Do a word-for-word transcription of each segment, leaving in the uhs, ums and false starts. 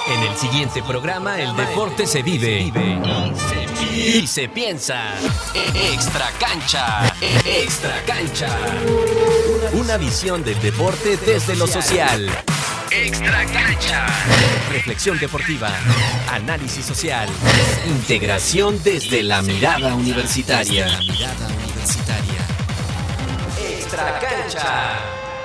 En el siguiente programa, el deporte se vive y se piensa. Extra cancha, extra cancha. Una visión del deporte desde lo social. Extra cancha. Reflexión deportiva, análisis social, integración desde la mirada universitaria. Extra cancha.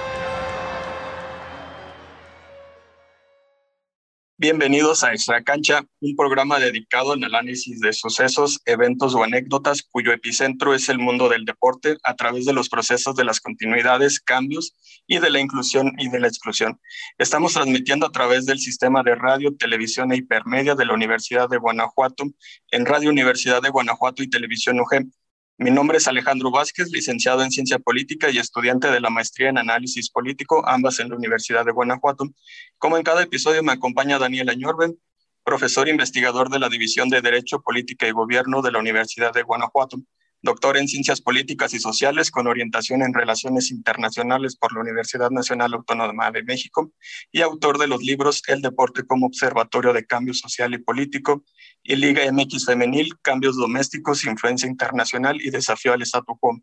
Bienvenidos a Extra Cancha, un programa dedicado al análisis de sucesos, eventos o anécdotas cuyo epicentro es el mundo del deporte a través de los procesos de las continuidades, cambios y de la inclusión y de la exclusión. Estamos transmitiendo a través del sistema de radio, televisión e hipermedia de la Universidad de Guanajuato, en Radio Universidad de Guanajuato y Televisión U G. Mi nombre es Alejandro Vázquez, licenciado en Ciencia Política y estudiante de la Maestría en Análisis Político, ambas en la Universidad de Guanajuato. Como en cada episodio me acompaña Daniel Añorbe, profesor investigador de la División de Derecho, Política y Gobierno de la Universidad de Guanajuato, doctor en Ciencias Políticas y Sociales con orientación en Relaciones Internacionales por la Universidad Nacional Autónoma de México y autor de los libros El Deporte como Observatorio de Cambio Social y Político y Liga M X Femenil, Cambios Domésticos, Influencia Internacional y Desafío al Statu Quo.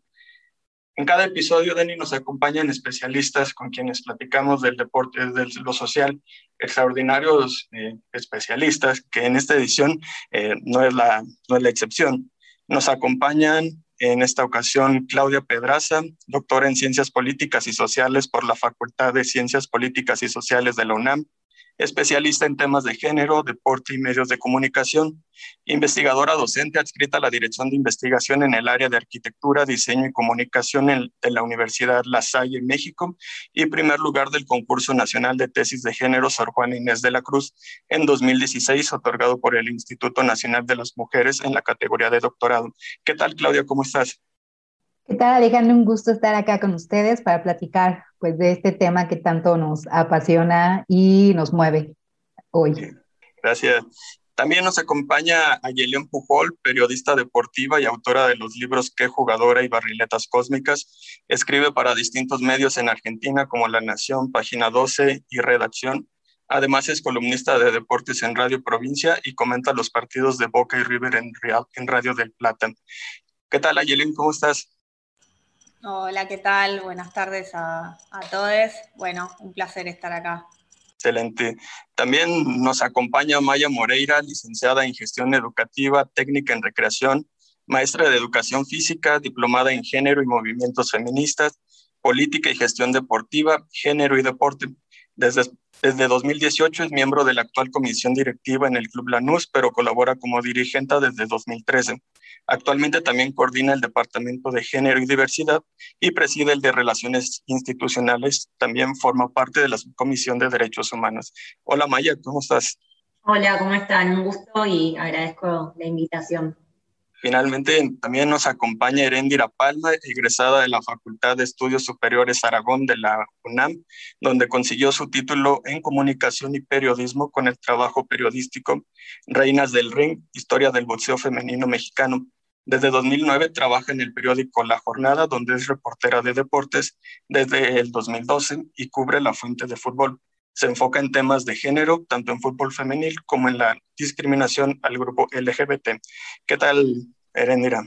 En cada episodio, Dani, nos acompañan especialistas con quienes platicamos del deporte, de lo social, extraordinarios eh, especialistas, que en esta edición eh, no es la, no es la excepción. Nos acompañan en esta ocasión Claudia Pedraza, doctora en Ciencias Políticas y Sociales por la Facultad de Ciencias Políticas y Sociales de la UNAM, especialista en temas de género, deporte y medios de comunicación, investigadora docente adscrita a la Dirección de Investigación en el área de Arquitectura, Diseño y Comunicación en, de la Universidad La Salle en México y primer lugar del Concurso Nacional de Tesis de Género Sor Juana Inés de la Cruz en dos mil dieciséis, otorgado por el Instituto Nacional de las Mujeres en la categoría de doctorado. ¿Qué tal, Claudia? ¿Cómo estás? ¿Qué tal, Alejandro? Un gusto estar acá con ustedes para platicar pues, de este tema que tanto nos apasiona y nos mueve hoy. Gracias. También nos acompaña Ayelen Pujol, periodista deportiva y autora de los libros Qué jugadora y Barriletas Cósmicas. Escribe para distintos medios en Argentina como La Nación, Página doce y Redacción. Además es columnista de deportes en Radio Provincia y comenta los partidos de Boca y River en, Real, en Radio del Plata. ¿Qué tal, Ayelen? ¿Cómo estás? Hola, ¿qué tal? Buenas tardes a, a todos. Bueno, un placer estar acá. Excelente. También nos acompaña Maya Moreira, licenciada en Gestión Educativa, técnica en Recreación, maestra de Educación Física, diplomada en Género y Movimientos Feministas, Política y Gestión Deportiva, Género y Deporte. Desde, desde dos mil dieciocho es miembro de la actual comisión directiva en el Club Lanús, pero colabora como dirigente desde dos mil trece. Actualmente también coordina el Departamento de Género y Diversidad y preside el de Relaciones Institucionales. También forma parte de la Subcomisión de Derechos Humanos. Hola, Maya, ¿cómo estás? Hola, ¿cómo están? Un gusto y agradezco la invitación. Finalmente, también nos acompaña Heréndira Palma, egresada de la Facultad de Estudios Superiores Aragón de la UNAM, donde consiguió su título en Comunicación y Periodismo con el trabajo periodístico Reinas del Ring, Historia del Boxeo Femenino Mexicano. Desde dos mil nueve trabaja en el periódico La Jornada, donde es reportera de deportes desde el dos mil doce y cubre la fuente de fútbol. Se enfoca en temas de género, tanto en fútbol femenil como en la discriminación al grupo L G B T. ¿Qué tal, Heréndira?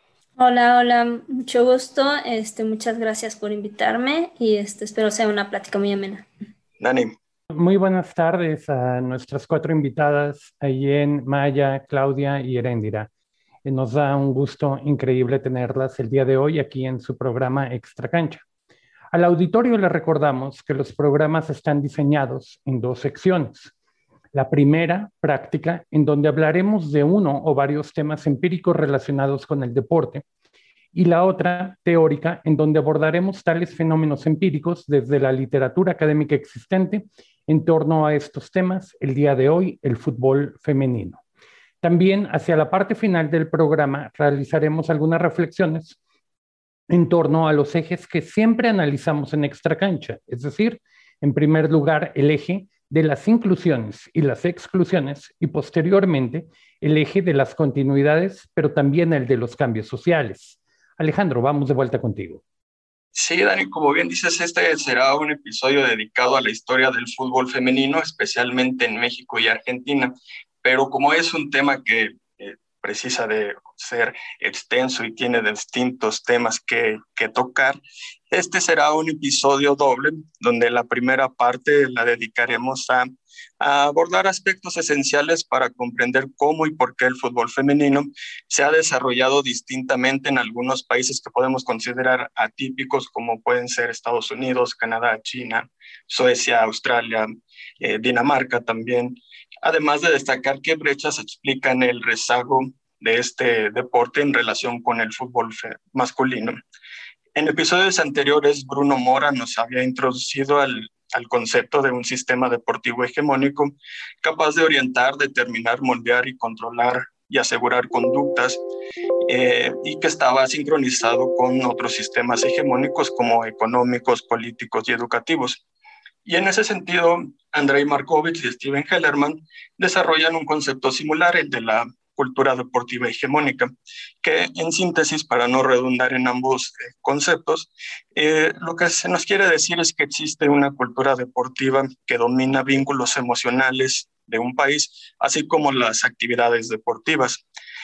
Hola, hola, mucho gusto. Este, muchas gracias por invitarme y este, espero sea una plática muy amena. Dani. Muy buenas tardes a nuestras cuatro invitadas, Ayelen, Maya, Claudia y Heréndira. Nos da un gusto increíble tenerlas el día de hoy aquí en su programa Extra Cancha. Al auditorio le recordamos que los programas están diseñados en dos secciones. La primera, práctica, en donde hablaremos de uno o varios temas empíricos relacionados con el deporte. Y la otra, teórica, en donde abordaremos tales fenómenos empíricos desde la literatura académica existente en torno a estos temas, el día de hoy, el fútbol femenino. También, hacia la parte final del programa, realizaremos algunas reflexiones en torno a los ejes que siempre analizamos en Extra Cancha, es decir, en primer lugar, el eje de las inclusiones y las exclusiones y posteriormente el eje de las continuidades, pero también el de los cambios sociales. Alejandro, vamos de vuelta contigo. Sí, Dani, como bien dices, este será un episodio dedicado a la historia del fútbol femenino, especialmente en México y Argentina, pero como es un tema que eh, precisa de ser extenso y tiene distintos temas que, que tocar, este será un episodio doble, donde la primera parte la dedicaremos a, a abordar aspectos esenciales para comprender cómo y por qué el fútbol femenino se ha desarrollado distintamente en algunos países que podemos considerar atípicos, como pueden ser Estados Unidos, Canadá, China, Suecia, Australia, eh, Dinamarca también, además de destacar qué brechas explican el rezago de este deporte en relación con el fútbol masculino. En episodios anteriores, Bruno Mora nos había introducido al, al concepto de un sistema deportivo hegemónico capaz de orientar, determinar, moldear y controlar y asegurar conductas, eh, y que estaba sincronizado con otros sistemas hegemónicos como económicos, políticos y educativos. Y en ese sentido, Andrei Markovich y Steven Hellerman desarrollan un concepto similar, el de la cultura deportiva hegemónica, que en síntesis, para no redundar en ambos eh, conceptos, eh, lo que se nos quiere decir es que existe una cultura deportiva que domina vínculos emocionales de un país, así como las actividades deportivas.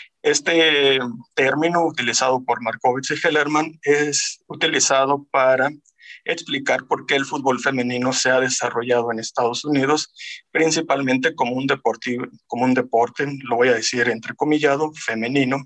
Este término utilizado por Markovich y Hellerman es utilizado para explicar por qué el fútbol femenino se ha desarrollado en Estados Unidos, principalmente como un, como un deporte, lo voy a decir entrecomillado, femenino.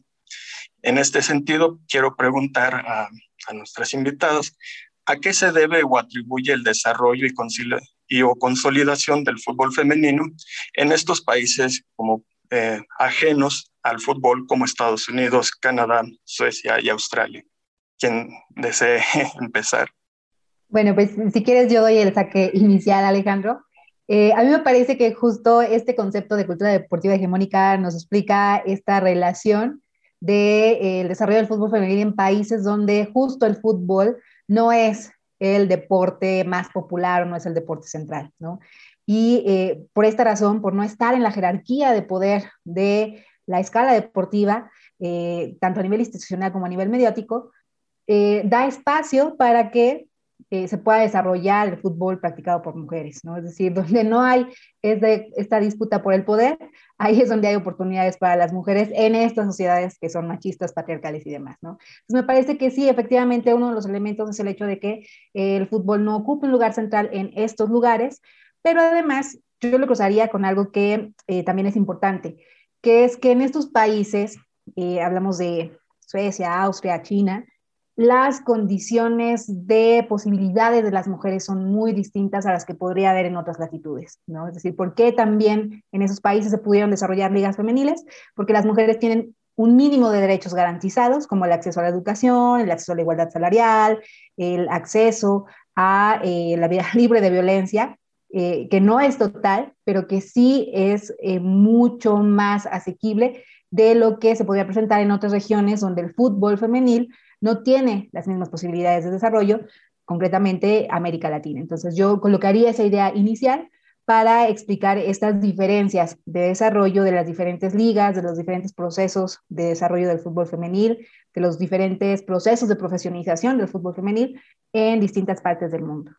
En este sentido, quiero preguntar a, a nuestras invitadas, ¿a qué se debe o atribuye el desarrollo y, y o consolidación del fútbol femenino en estos países como eh, ajenos al fútbol, como Estados Unidos, Canadá, Suecia y Australia? ¿Quién desee empezar? Bueno, pues si quieres yo doy el saque inicial, Alejandro. Eh, a mí me parece que justo este concepto de cultura deportiva hegemónica nos explica esta relación del de, eh, desarrollo del fútbol femenino en países donde justo el fútbol no es el deporte más popular o no es el deporte central, ¿no? Y eh, por esta razón, por no estar en la jerarquía de poder de la escala deportiva, eh, tanto a nivel institucional como a nivel mediático, eh, da espacio para que Eh, se pueda desarrollar el fútbol practicado por mujeres, ¿no? Es decir, donde no hay este, esta disputa por el poder, ahí es donde hay oportunidades para las mujeres en estas sociedades que son machistas, patriarcales y demás, ¿no? Entonces me parece que sí, efectivamente, uno de los elementos es el hecho de que eh, el fútbol no ocupa un lugar central en estos lugares, pero además yo lo cruzaría con algo que eh, también es importante, que es que en estos países, eh, hablamos de Suecia, Austria, China, las condiciones de posibilidades de las mujeres son muy distintas a las que podría haber en otras latitudes, ¿no? Es decir, ¿por qué también en esos países se pudieron desarrollar ligas femeniles? Porque las mujeres tienen un mínimo de derechos garantizados, como el acceso a la educación, el acceso a la igualdad salarial, el acceso a eh, la vida libre de violencia, eh, que no es total, pero que sí es eh, mucho más asequible de lo que se podría presentar en otras regiones donde el fútbol femenil no tiene las mismas posibilidades de desarrollo, concretamente América Latina. Entonces yo colocaría esa idea inicial para explicar estas diferencias de desarrollo de las diferentes ligas, de los diferentes procesos de desarrollo del fútbol femenil, de los diferentes procesos de profesionalización del fútbol femenil en distintas partes del mundo.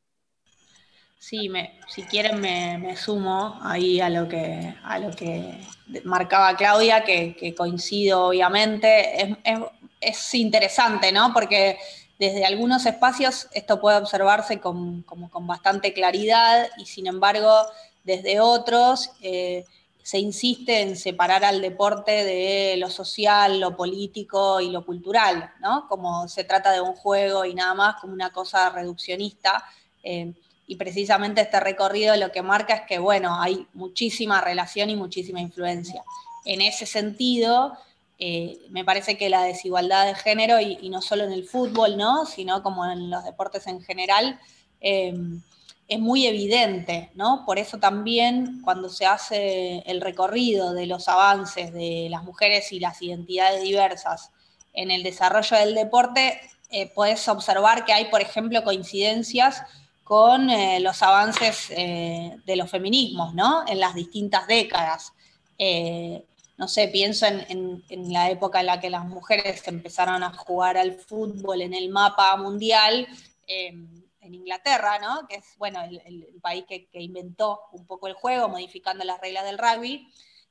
Sí, me, si quieren me, me sumo ahí a lo que, a lo que marcaba Claudia, que, que coincido obviamente. Es, es, es interesante, ¿no? Porque desde algunos espacios esto puede observarse con, como con bastante claridad y sin embargo desde otros eh, se insiste en separar al deporte de lo social, lo político y lo cultural, ¿no? Como se trata de un juego y nada más, como una cosa reduccionista. Eh, Y precisamente este recorrido lo que marca es que, bueno, hay muchísima relación y muchísima influencia. En ese sentido, eh, me parece que la desigualdad de género, y, y no solo en el fútbol, ¿no? Sino como en los deportes en general, eh, es muy evidente, ¿no? Por eso también cuando se hace el recorrido de los avances de las mujeres y las identidades diversas en el desarrollo del deporte, eh, podés observar que hay, por ejemplo, coincidencias con eh, los avances eh, de los feminismos, ¿no? En las distintas décadas. Eh, no sé, pienso en, en, en la época en la que las mujeres empezaron a jugar al fútbol en el mapa mundial, eh, en Inglaterra, ¿no? Que es, bueno, el, el país que, que inventó un poco el juego, modificando las reglas del rugby.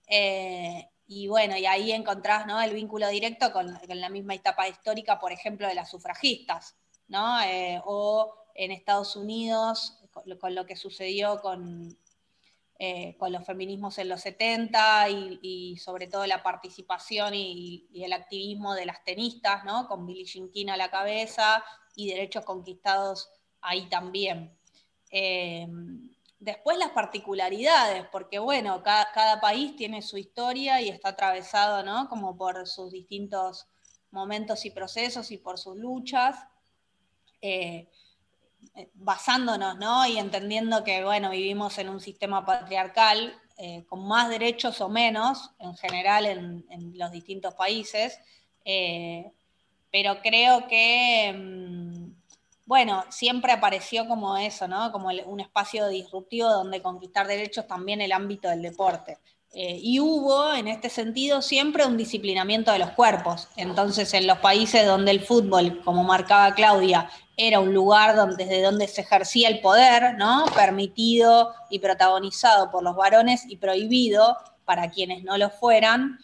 Eh, y bueno, y ahí encontrás, ¿no?, el vínculo directo con, con la misma etapa histórica, por ejemplo, de las sufragistas, ¿no? Eh, o en Estados Unidos, con, con lo que sucedió con... Eh, con los feminismos en los setenta y, y sobre todo la participación y, y el activismo de las tenistas, ¿no?, con Billie Jean King a la cabeza y derechos conquistados ahí también. Eh, después las particularidades, porque bueno, cada, cada país tiene su historia y está atravesado, ¿no?, como por sus distintos momentos y procesos y por sus luchas. Eh, basándonos, ¿no?, y entendiendo que, bueno, vivimos en un sistema patriarcal, eh, con más derechos o menos, en general, en, en los distintos países, eh, pero creo que, mmm, bueno, siempre apareció como eso, ¿no?, como el, un espacio disruptivo donde conquistar derechos también el ámbito del deporte. Eh, y hubo, en este sentido, siempre un disciplinamiento de los cuerpos. Entonces, en los países donde el fútbol, como marcaba Claudia, era un lugar donde, desde donde se ejercía el poder, ¿no?, permitido y protagonizado por los varones y prohibido para quienes no lo fueran.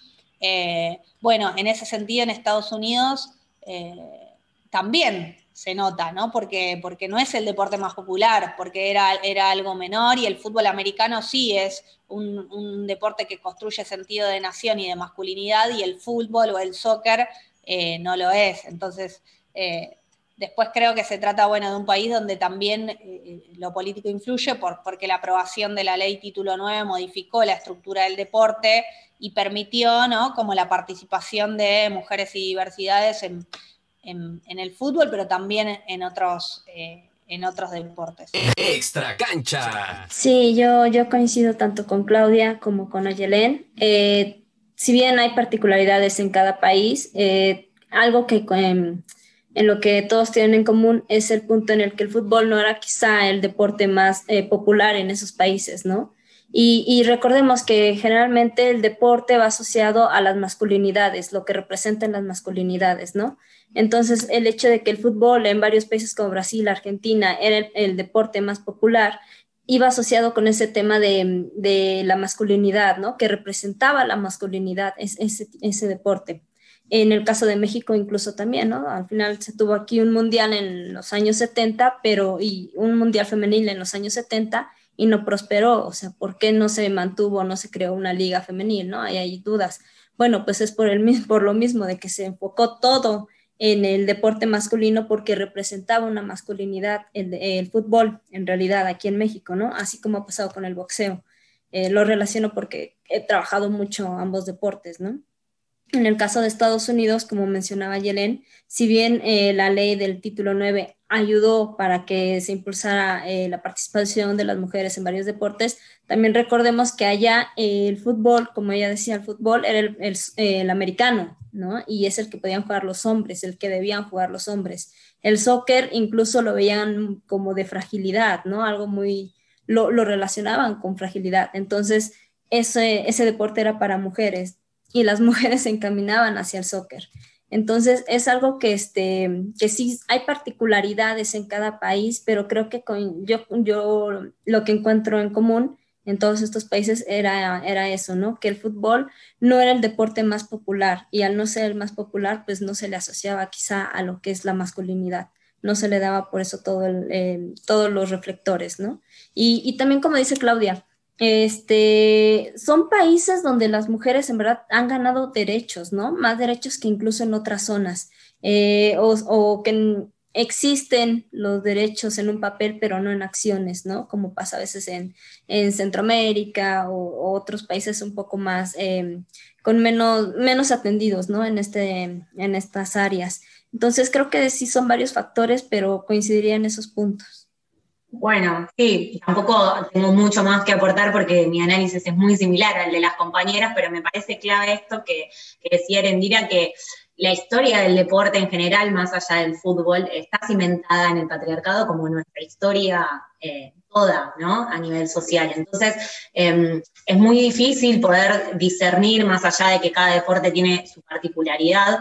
Eh, bueno, en ese sentido, en Estados Unidos eh, también se nota, ¿no?, porque, porque no es el deporte más popular, porque era, era algo menor, y el fútbol americano sí es un, un deporte que construye sentido de nación y de masculinidad, y el fútbol o el soccer eh, no lo es. Entonces, eh, después creo que se trata, bueno, de un país donde también eh, lo político influye, por, porque la aprobación de la ley Título nueve modificó la estructura del deporte y permitió, ¿no?, como la participación de mujeres y diversidades en En, en el fútbol, pero también en otros, eh, en otros deportes. Extra Cancha. Sí, yo, yo coincido tanto con Claudia como con Ayelen. Eh, si bien hay particularidades en cada país, eh, algo que eh, en lo que todos tienen en común es el punto en el que el fútbol no era quizá el deporte más eh, popular en esos países, ¿no? Y, y recordemos que generalmente el deporte va asociado a las masculinidades, lo que representan las masculinidades, ¿no? Entonces, el hecho de que el fútbol en varios países como Brasil, Argentina, era el, el deporte más popular, iba asociado con ese tema de, de la masculinidad, ¿no?, que representaba la masculinidad, ese, ese deporte. En el caso de México incluso también, ¿no? Al final se tuvo aquí un mundial en los años setenta, pero, y un mundial femenil en los años setenta, y no prosperó. O sea, ¿por qué no se mantuvo, no se creó una liga femenil, ¿no? Ahí hay dudas. Bueno, pues es por, el, por lo mismo de que se enfocó todo en el deporte masculino, porque representaba una masculinidad el, el fútbol, en realidad, aquí en México, ¿no? Así como ha pasado con el boxeo. Eh, lo relaciono porque he trabajado mucho ambos deportes, ¿no? En el caso de Estados Unidos, como mencionaba Yelén, si bien eh, la ley del Título nueve ayudó para que se impulsara eh, la participación de las mujeres en varios deportes, también recordemos que allá eh, el fútbol, como ella decía, el fútbol era el, el, el americano, ¿no? Y es el que podían jugar los hombres, el que debían jugar los hombres. El soccer incluso lo veían como de fragilidad, ¿no? Algo muy, lo, lo relacionaban con fragilidad. Entonces, ese, ese deporte era para mujeres, y las mujeres se encaminaban hacia el soccer. Entonces, es algo que, este, que sí hay particularidades en cada país, pero creo que con, yo, yo lo que encuentro en común en todos estos países era, era eso, ¿no? Que el fútbol no era el deporte más popular, y al no ser el más popular, pues no se le asociaba quizá a lo que es la masculinidad. No se le daba por eso todo el, eh, todos los reflectores, ¿no? Y, y también, como dice Claudia, Este, son países donde las mujeres en verdad han ganado derechos, ¿no? Más derechos que incluso en otras zonas, eh, o, o que existen los derechos en un papel, pero no en acciones, ¿no? Como pasa a veces en, en Centroamérica o, o otros países un poco más, eh, con menos, menos atendidos, ¿no? En, este, en estas áreas. Entonces creo que sí son varios factores, pero coincidiría en esos puntos. Bueno, sí, tampoco tengo mucho más que aportar porque mi análisis es muy similar al de las compañeras, pero me parece clave esto que, que decía Erendira, que la historia del deporte en general, más allá del fútbol, está cimentada en el patriarcado como nuestra historia eh, toda, ¿no? A nivel social. Entonces, eh, es muy difícil poder discernir, más allá de que cada deporte tiene su particularidad,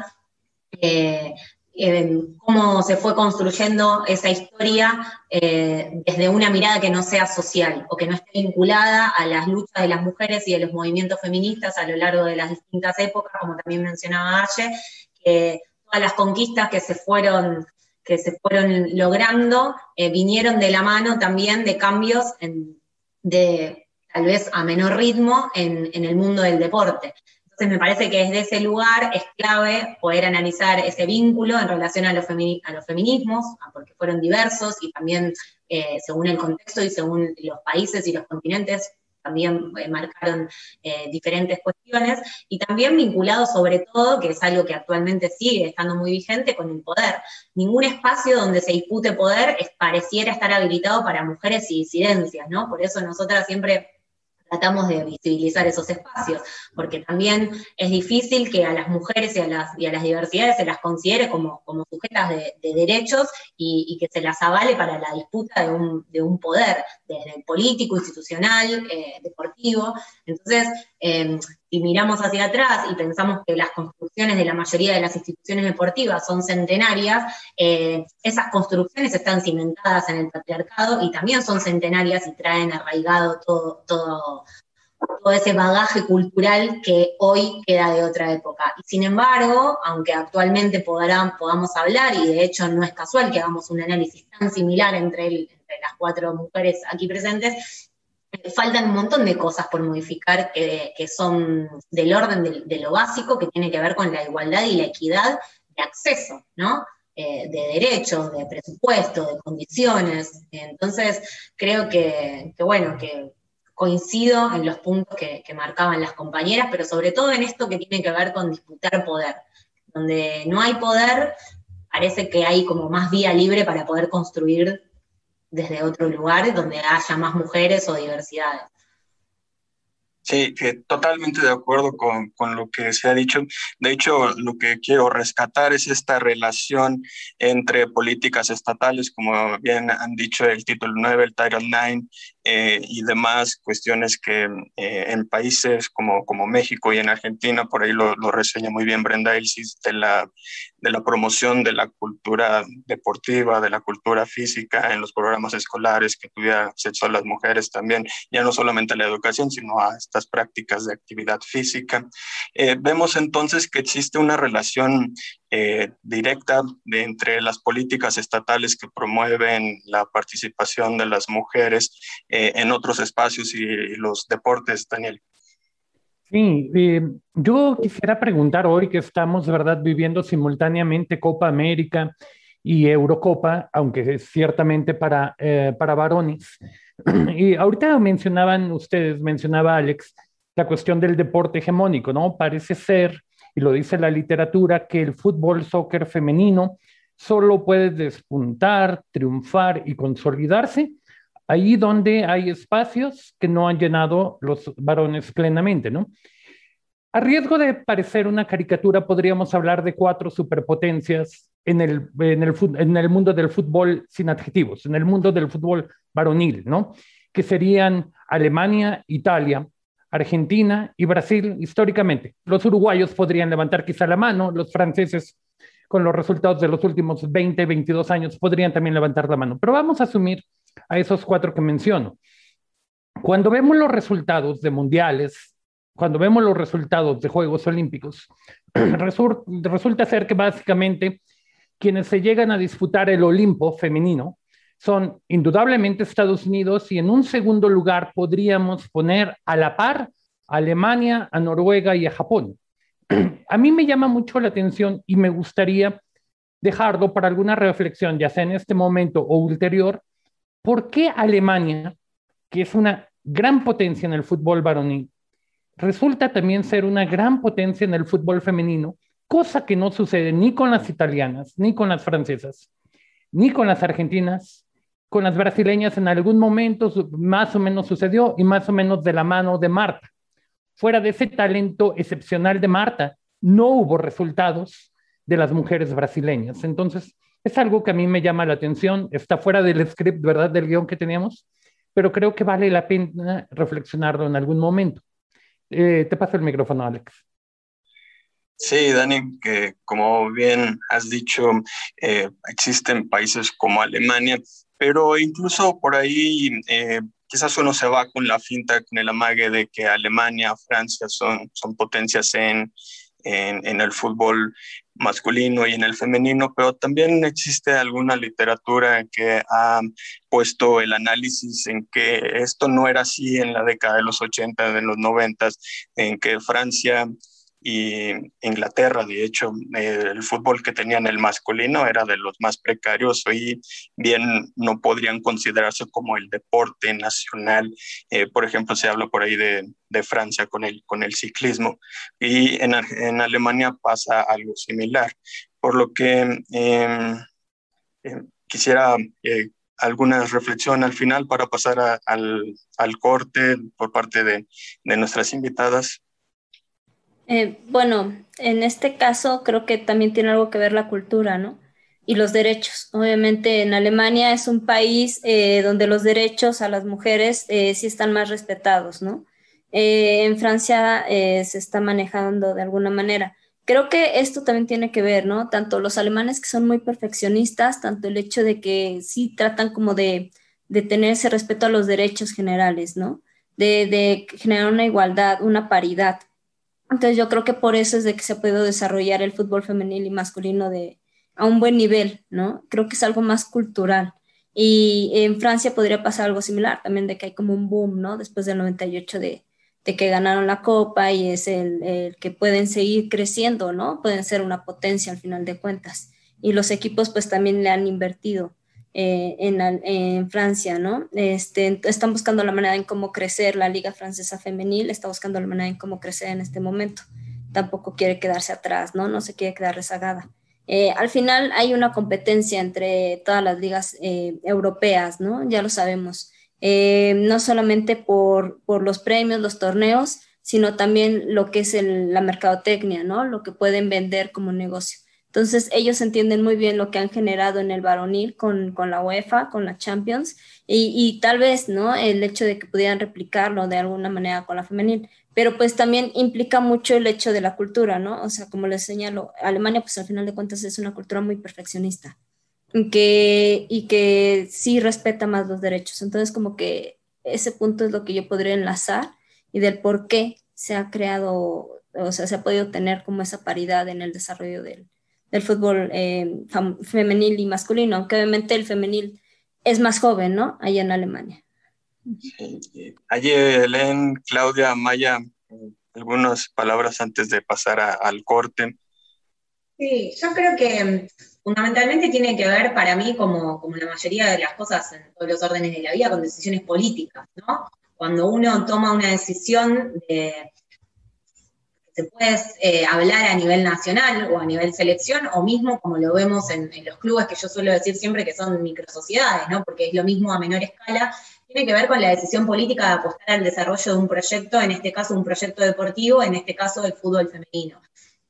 eh, eh, cómo se fue construyendo esa historia eh, desde una mirada que no sea social o que no esté vinculada a las luchas de las mujeres y de los movimientos feministas a lo largo de las distintas épocas, como también mencionaba Aye, que todas las conquistas que se fueron, que se fueron logrando eh, vinieron de la mano también de cambios en, de tal vez a menor ritmo en, en el mundo del deporte. Entonces me parece que desde ese lugar es clave poder analizar ese vínculo en relación a los, femini a los feminismos, porque fueron diversos y también eh, según el contexto y según los países y los continentes también eh, marcaron eh, diferentes cuestiones, y también vinculado sobre todo, que es algo que actualmente sigue estando muy vigente, con el poder. Ningún espacio donde se dispute poder es, pareciera estar habilitado para mujeres y disidencias, ¿no? Por eso nosotras siempre tratamos de visibilizar esos espacios, porque también es difícil que a las mujeres y a las, y a las diversidades se las considere como, como sujetas de, de derechos y, y que se las avale para la disputa de un, de un poder, desde el político, institucional, eh, deportivo. Entonces, eh, si miramos hacia atrás y pensamos que las construcciones de la mayoría de las instituciones deportivas son centenarias, eh, esas construcciones están cimentadas en el patriarcado y también son centenarias y traen arraigado todo, todo, todo ese bagaje cultural que hoy queda de otra época. Y sin embargo, aunque actualmente podrán, podamos hablar, y de hecho no es casual que hagamos un análisis tan similar entre, el, entre las cuatro mujeres aquí presentes, faltan un montón de cosas por modificar que, que son del orden de, de lo básico, que tiene que ver con la igualdad y la equidad de acceso, ¿no? Eh, de derechos, de presupuesto, de condiciones. Entonces, creo que, que bueno, que coincido en los puntos que, que marcaban las compañeras, pero sobre todo en esto que tiene que ver con disputar poder. Donde no hay poder, parece que hay como más vía libre para poder construir desde otro lugar donde haya más mujeres o diversidades. Sí, que totalmente de acuerdo con, con lo que se ha dicho. De hecho, lo que quiero rescatar es esta relación entre políticas estatales, como bien han dicho el título nueve, el Title nueve, eh, y demás cuestiones que eh, en países como, como México y en Argentina, por ahí lo, lo reseña muy bien Brenda Elsis, de la, de la promoción de la cultura deportiva, de la cultura física en los programas escolares, que tuviera acceso a las mujeres también, ya no solamente a la educación, sino a estas prácticas de actividad física. Eh, vemos entonces que existe una relación eh, directa de, entre las políticas estatales que promueven la participación de las mujeres eh, en otros espacios y, y los deportes, Daniel. Sí, eh, yo quisiera preguntar hoy que estamos, ¿verdad?, viviendo simultáneamente Copa América y Eurocopa, aunque es ciertamente para, eh, para varones. Y ahorita mencionaban ustedes, mencionaba Alex, la cuestión del deporte hegemónico, ¿no? Parece ser, y lo dice la literatura, que el fútbol, soccer femenino solo puede despuntar, triunfar y consolidarse ahí donde hay espacios que no han llenado los varones plenamente, ¿no? A riesgo de parecer una caricatura, podríamos hablar de cuatro superpotencias en el, en el, en el mundo del fútbol sin adjetivos, en el mundo del fútbol varonil, ¿no? Que serían Alemania, Italia, Argentina y Brasil históricamente. Los uruguayos podrían levantar quizá la mano, los franceses con los resultados de los últimos veinte, veintidós años podrían también levantar la mano, pero vamos a asumir a esos cuatro que menciono. Cuando vemos los resultados de mundiales, cuando vemos los resultados de Juegos Olímpicos, resulta ser que básicamente quienes se llegan a disputar el Olimpo femenino son indudablemente Estados Unidos, y en un segundo lugar podríamos poner a la par a Alemania, a Noruega y a Japón. A mí me llama mucho la atención y me gustaría dejarlo para alguna reflexión, ya sea en este momento o ulterior. ¿Por qué Alemania, que es una gran potencia en el fútbol varonil, resulta también ser una gran potencia en el fútbol femenino, cosa que no sucede ni con las italianas, ni con las francesas, ni con las argentinas? Con las brasileñas en algún momento más o menos sucedió, y más o menos de la mano de Marta. Fuera de ese talento excepcional de Marta, no hubo resultados de las mujeres brasileñas. Entonces, es algo que a mí me llama la atención, está fuera del script, ¿verdad?, del guión que teníamos, pero creo que vale la pena reflexionarlo en algún momento. Eh, te paso el micrófono, Alex. Sí, Dani, que como bien has dicho, eh, existen países como Alemania, pero incluso por ahí eh, quizás uno se va con la finta, con el amague de que Alemania, Francia son, son potencias en, en, en el fútbol masculino y en el femenino, pero también existe alguna literatura que ha puesto el análisis en que esto no era así en la década de los ochenta, de los noventa, en que Francia y Inglaterra, de hecho, eh, el fútbol que tenían el masculino era de los más precarios y bien no podrían considerarse como el deporte nacional. Eh, por ejemplo, se habla por ahí de, de Francia con el, con el ciclismo, y en, en Alemania pasa algo similar, por lo que eh, eh, quisiera eh, alguna reflexión al final para pasar a, al, al corte por parte de, de nuestras invitadas. Eh, bueno, en este caso creo que también tiene algo que ver la cultura, ¿no? Y los derechos. Obviamente en Alemania es un país eh, donde los derechos a las mujeres eh, sí están más respetados, ¿no? Eh, en Francia eh, se está manejando de alguna manera. Creo que esto también tiene que ver, ¿no? Tanto los alemanes que son muy perfeccionistas, tanto el hecho de que sí tratan como de, de tener ese respeto a los derechos generales, ¿no? De, de generar una igualdad, una paridad. Entonces yo creo que por eso es de que se ha podido desarrollar el fútbol femenil y masculino de, a un buen nivel, ¿no? Creo que es algo más cultural. Y en Francia podría pasar algo similar también, de que hay como un boom, ¿no? Después del noventa y ocho de, de que ganaron la Copa y es el, el que pueden seguir creciendo, ¿no? Pueden ser una potencia al final de cuentas. Y los equipos pues también le han invertido eh, en, en Francia, ¿no? Este, están buscando la manera en cómo crecer. La Liga Francesa Femenil está buscando la manera en cómo crecer en este momento. Tampoco quiere quedarse atrás, ¿no? No se quiere quedar rezagada. Eh, al final hay una competencia entre todas las ligas eh, europeas, ¿no? Ya lo sabemos. Eh, no solamente por, por los premios, los torneos, sino también lo que es el, la mercadotecnia, ¿no? Lo que pueden vender como negocio. Entonces ellos entienden muy bien lo que han generado en el varonil con, con la UEFA, con la Champions, y, y tal vez, ¿no? El hecho de que pudieran replicarlo de alguna manera con la femenil, pero pues también implica mucho el hecho de la cultura, ¿no? O sea, como les señalo, Alemania pues al final de cuentas es una cultura muy perfeccionista y que, y que sí respeta más los derechos. Entonces como que ese punto es lo que yo podría enlazar y del por qué se ha creado, o sea, se ha podido tener como esa paridad en el desarrollo del, del fútbol eh, femenil y masculino, aunque obviamente el femenil es más joven, ¿no? Allá en Alemania. Sí. Ayelen, Claudia, Maya, algunas palabras antes de pasar a, al corte. Sí, yo creo que fundamentalmente tiene que ver para mí, como, como la mayoría de las cosas en todos los órdenes de la vida, con decisiones políticas, ¿no? Cuando uno toma una decisión de... se puede eh, hablar a nivel nacional o a nivel selección, o mismo como lo vemos en, en los clubes, que yo suelo decir siempre que son microsociedades, ¿no? Porque es lo mismo a menor escala, tiene que ver con la decisión política de apostar al desarrollo de un proyecto, en este caso un proyecto deportivo, en este caso el fútbol femenino.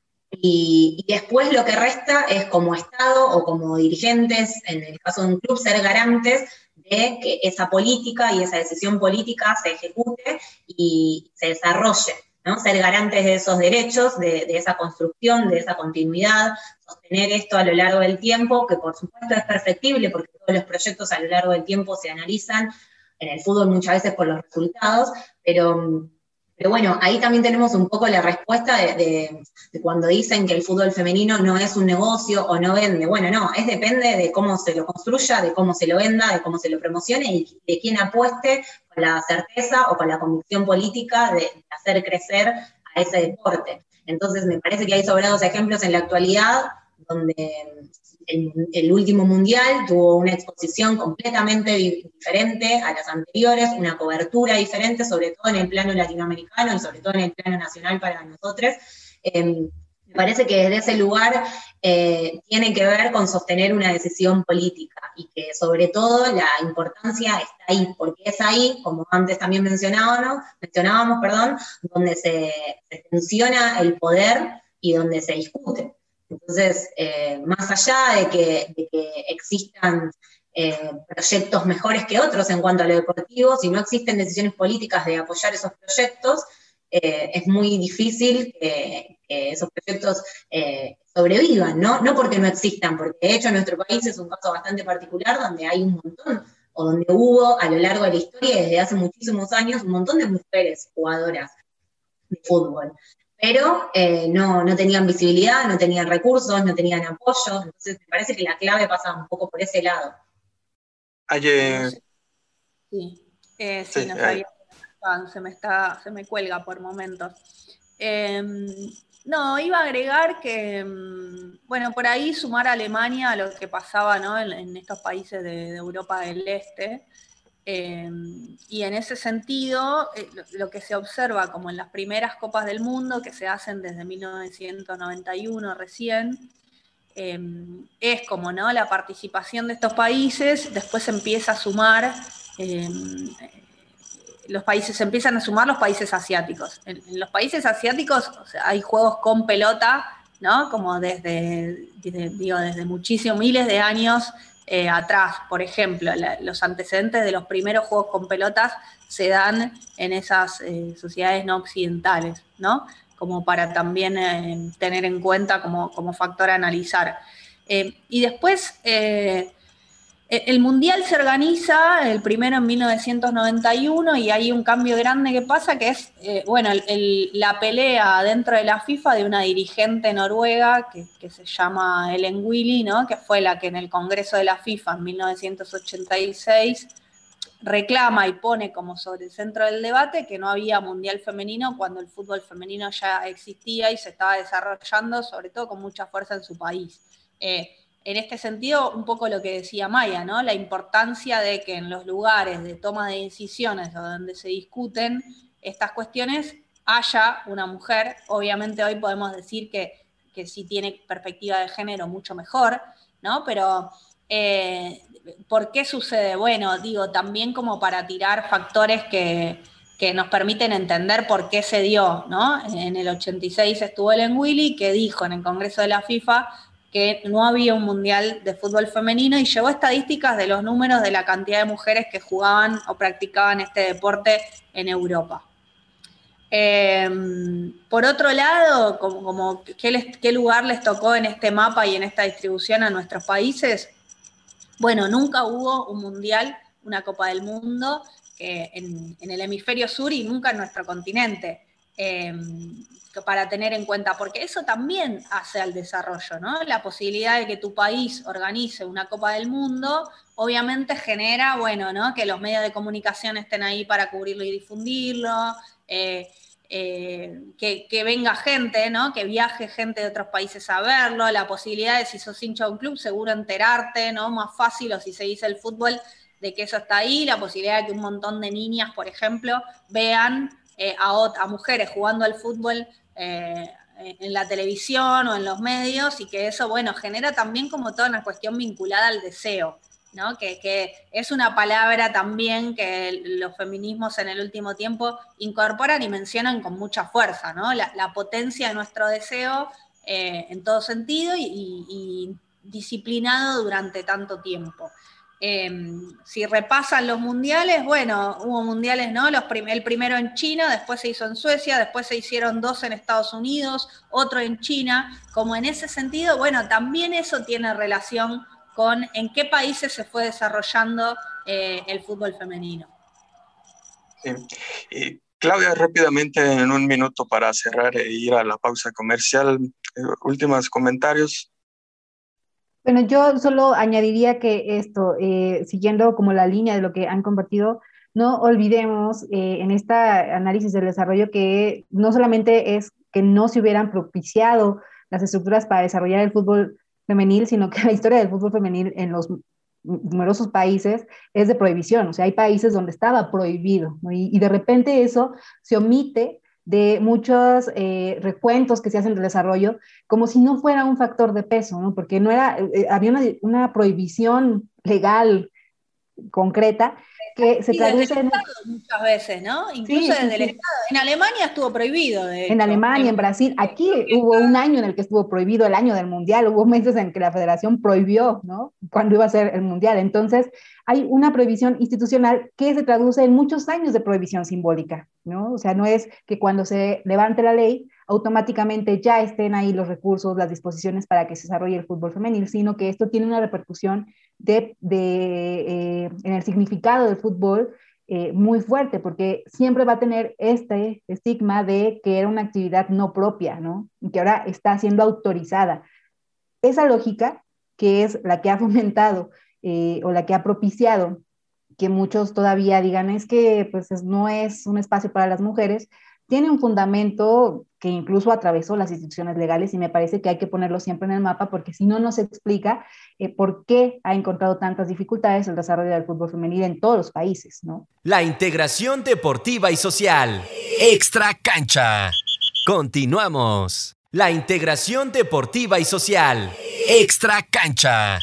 Y, y después lo que resta es como Estado o como dirigentes, en el caso de un club, ser garantes de que esa política y esa decisión política se ejecute y se desarrolle, ¿no? Ser garantes de esos derechos, de, de esa construcción, de esa continuidad, sostener esto a lo largo del tiempo, que por supuesto es perfectible porque todos los proyectos a lo largo del tiempo se analizan, en el fútbol muchas veces por los resultados, pero, pero bueno, ahí también tenemos un poco la respuesta de, de, de cuando dicen que el fútbol femenino no es un negocio o no vende. Bueno, no, es depende de cómo se lo construya, de cómo se lo venda, de cómo se lo promocione y de quién apueste con la certeza o con la convicción política de hacer crecer a ese deporte. Entonces me parece que hay sobrados ejemplos en la actualidad donde el, el último mundial tuvo una exposición completamente diferente a las anteriores, una cobertura diferente, sobre todo en el plano latinoamericano y sobre todo en el plano nacional para nosotros. Eh, me parece que desde ese lugar eh, tiene que ver con sostener una decisión política y que sobre todo la importancia está ahí, porque es ahí, como antes también mencionábamos, mencionábamos perdón, donde se, se tensiona el poder y donde se discute. Entonces, eh, más allá de que, de que existan eh, proyectos mejores que otros en cuanto a lo deportivo. Si no existen decisiones políticas de apoyar esos proyectos, eh, es muy difícil que, que esos proyectos eh, sobrevivan, ¿no? No porque no existan, porque de hecho nuestro país es un caso bastante particular donde hay un montón, o donde hubo a lo largo de la historia, desde hace muchísimos años, un montón de mujeres jugadoras de fútbol. Pero eh, no, no tenían visibilidad, no tenían recursos, no tenían apoyo, entonces me parece que la clave pasa un poco por ese lado. Ayer... Sí, eh, sí, sí, no eh. sabía, se me, está, se me cuelga por momentos. Eh, no, iba a agregar que, bueno, por ahí sumar a Alemania a lo que pasaba, ¿no? en, en estos países de, de Europa del Este. Eh, y en ese sentido, eh, lo, lo que se observa como en las primeras Copas del Mundo, que se hacen desde mil novecientos noventa y uno recién, eh, es como, ¿no?, la participación de estos países, después se empieza a sumar, eh, los países, se empiezan a sumar los países asiáticos. En, en los países asiáticos, o sea, hay juegos con pelota, ¿no?, como desde, desde, digo, desde muchísimos, miles de años, Eh, atrás. Por ejemplo, la, los antecedentes de los primeros juegos con pelotas se dan en esas eh, sociedades no occidentales, ¿no? Como para también eh, tener en cuenta como, como factor a analizar. Eh, y después, eh, el Mundial se organiza, el primero en mil novecientos noventa y uno, y hay un cambio grande que pasa, que es, eh, bueno, el, el, la pelea dentro de la FIFA de una dirigente noruega que, que se llama Ellen Willy, ¿no?, que fue la que en el Congreso de la FIFA en mil novecientos ochenta y seis reclama y pone como sobre el centro del debate que no había Mundial femenino cuando el fútbol femenino ya existía y se estaba desarrollando, sobre todo con mucha fuerza en su país. Eh, En este sentido, un poco lo que decía Maya, ¿no?, la importancia de que en los lugares de toma de decisiones o donde se discuten estas cuestiones haya una mujer. Obviamente hoy podemos decir que, que si tiene perspectiva de género mucho mejor, ¿no? Pero eh, ¿por qué sucede? Bueno, digo, también como para tirar factores que, que nos permiten entender por qué se dio, ¿no? En el ochenta y seis estuvo Ellen Willy, que dijo en el Congreso de la FIFA que no había un mundial de fútbol femenino y llevó estadísticas de los números de la cantidad de mujeres que jugaban o practicaban este deporte en Europa. Eh, por otro lado, como, como ¿qué, les, ¿qué lugar les tocó en este mapa y en esta distribución a nuestros países? Bueno, nunca hubo un mundial, una Copa del Mundo eh, en, en el hemisferio sur y nunca en nuestro continente. Eh, para tener en cuenta, porque eso también hace al desarrollo, ¿no? La posibilidad de que tu país organice una Copa del Mundo, obviamente genera, bueno, ¿no?, que los medios de comunicación estén ahí para cubrirlo y difundirlo, eh, eh, que, que venga gente, ¿no?, que viaje gente de otros países a verlo, la posibilidad de, si sos hincha de un club, seguro enterarte, ¿no?, más fácil, o si seguís el fútbol, de que eso está ahí, la posibilidad de que un montón de niñas, por ejemplo, vean eh, a, a mujeres jugando al fútbol Eh, en la televisión o en los medios, y que eso, bueno, genera también como toda una cuestión vinculada al deseo, ¿no? Que, que es una palabra también que los feminismos en el último tiempo incorporan y mencionan con mucha fuerza, ¿no? La, la potencia de nuestro deseo eh, en todo sentido y, y, y disciplinado durante tanto tiempo. Eh, si repasan los mundiales, bueno, hubo mundiales, ¿no? Los prim el primero en China, después se hizo en Suecia, después se hicieron dos en Estados Unidos, otro en China. Como en ese sentido, bueno, también eso tiene relación con en qué países se fue desarrollando eh, el fútbol femenino. Sí. Y Claudia, rápidamente, en un minuto para cerrar e ir a la pausa comercial, eh, últimos comentarios. Bueno, yo solo añadiría que esto, eh, siguiendo como la línea de lo que han compartido, no olvidemos eh, en este análisis del desarrollo que no solamente es que no se hubieran propiciado las estructuras para desarrollar el fútbol femenil, sino que la historia del fútbol femenil en los numerosos países es de prohibición. O sea, hay países donde estaba prohibido, ¿no? y, y de repente eso se omite de muchos eh, recuentos que se hacen del desarrollo, como si no fuera un factor de peso, ¿no? Porque no era, eh, había una, una prohibición legal concreta, que se sí, traduce desde el en... Estado muchas veces, ¿no? Incluso Sí, sí, desde el sí. Estado. En Alemania estuvo prohibido, de hecho. En Alemania, en Brasil, aquí hubo un año en el que estuvo prohibido, el año del Mundial, hubo meses en que la federación prohibió, ¿no? Cuando iba a ser el Mundial. Entonces, hay una prohibición institucional que se traduce en muchos años de prohibición simbólica, ¿no? O sea, no es que cuando se levante la ley, automáticamente ya estén ahí los recursos, las disposiciones para que se desarrolle el fútbol femenil, sino que esto tiene una repercusión de, de, eh, en el significado del fútbol eh, muy fuerte, porque siempre va a tener este estigma de que era una actividad no propia, ¿no? Y que ahora está siendo autorizada. Esa lógica, que es la que ha fomentado eh, o la que ha propiciado que muchos todavía digan es que pues no es un espacio para las mujeres, tiene un fundamento que incluso atravesó las instituciones legales y me parece que hay que ponerlo siempre en el mapa porque si no, no se explica eh, por qué ha encontrado tantas dificultades el desarrollo del fútbol femenil en todos los países, ¿no? La integración deportiva y social. Extra Cancha. Continuamos. La integración deportiva y social. Extra Cancha.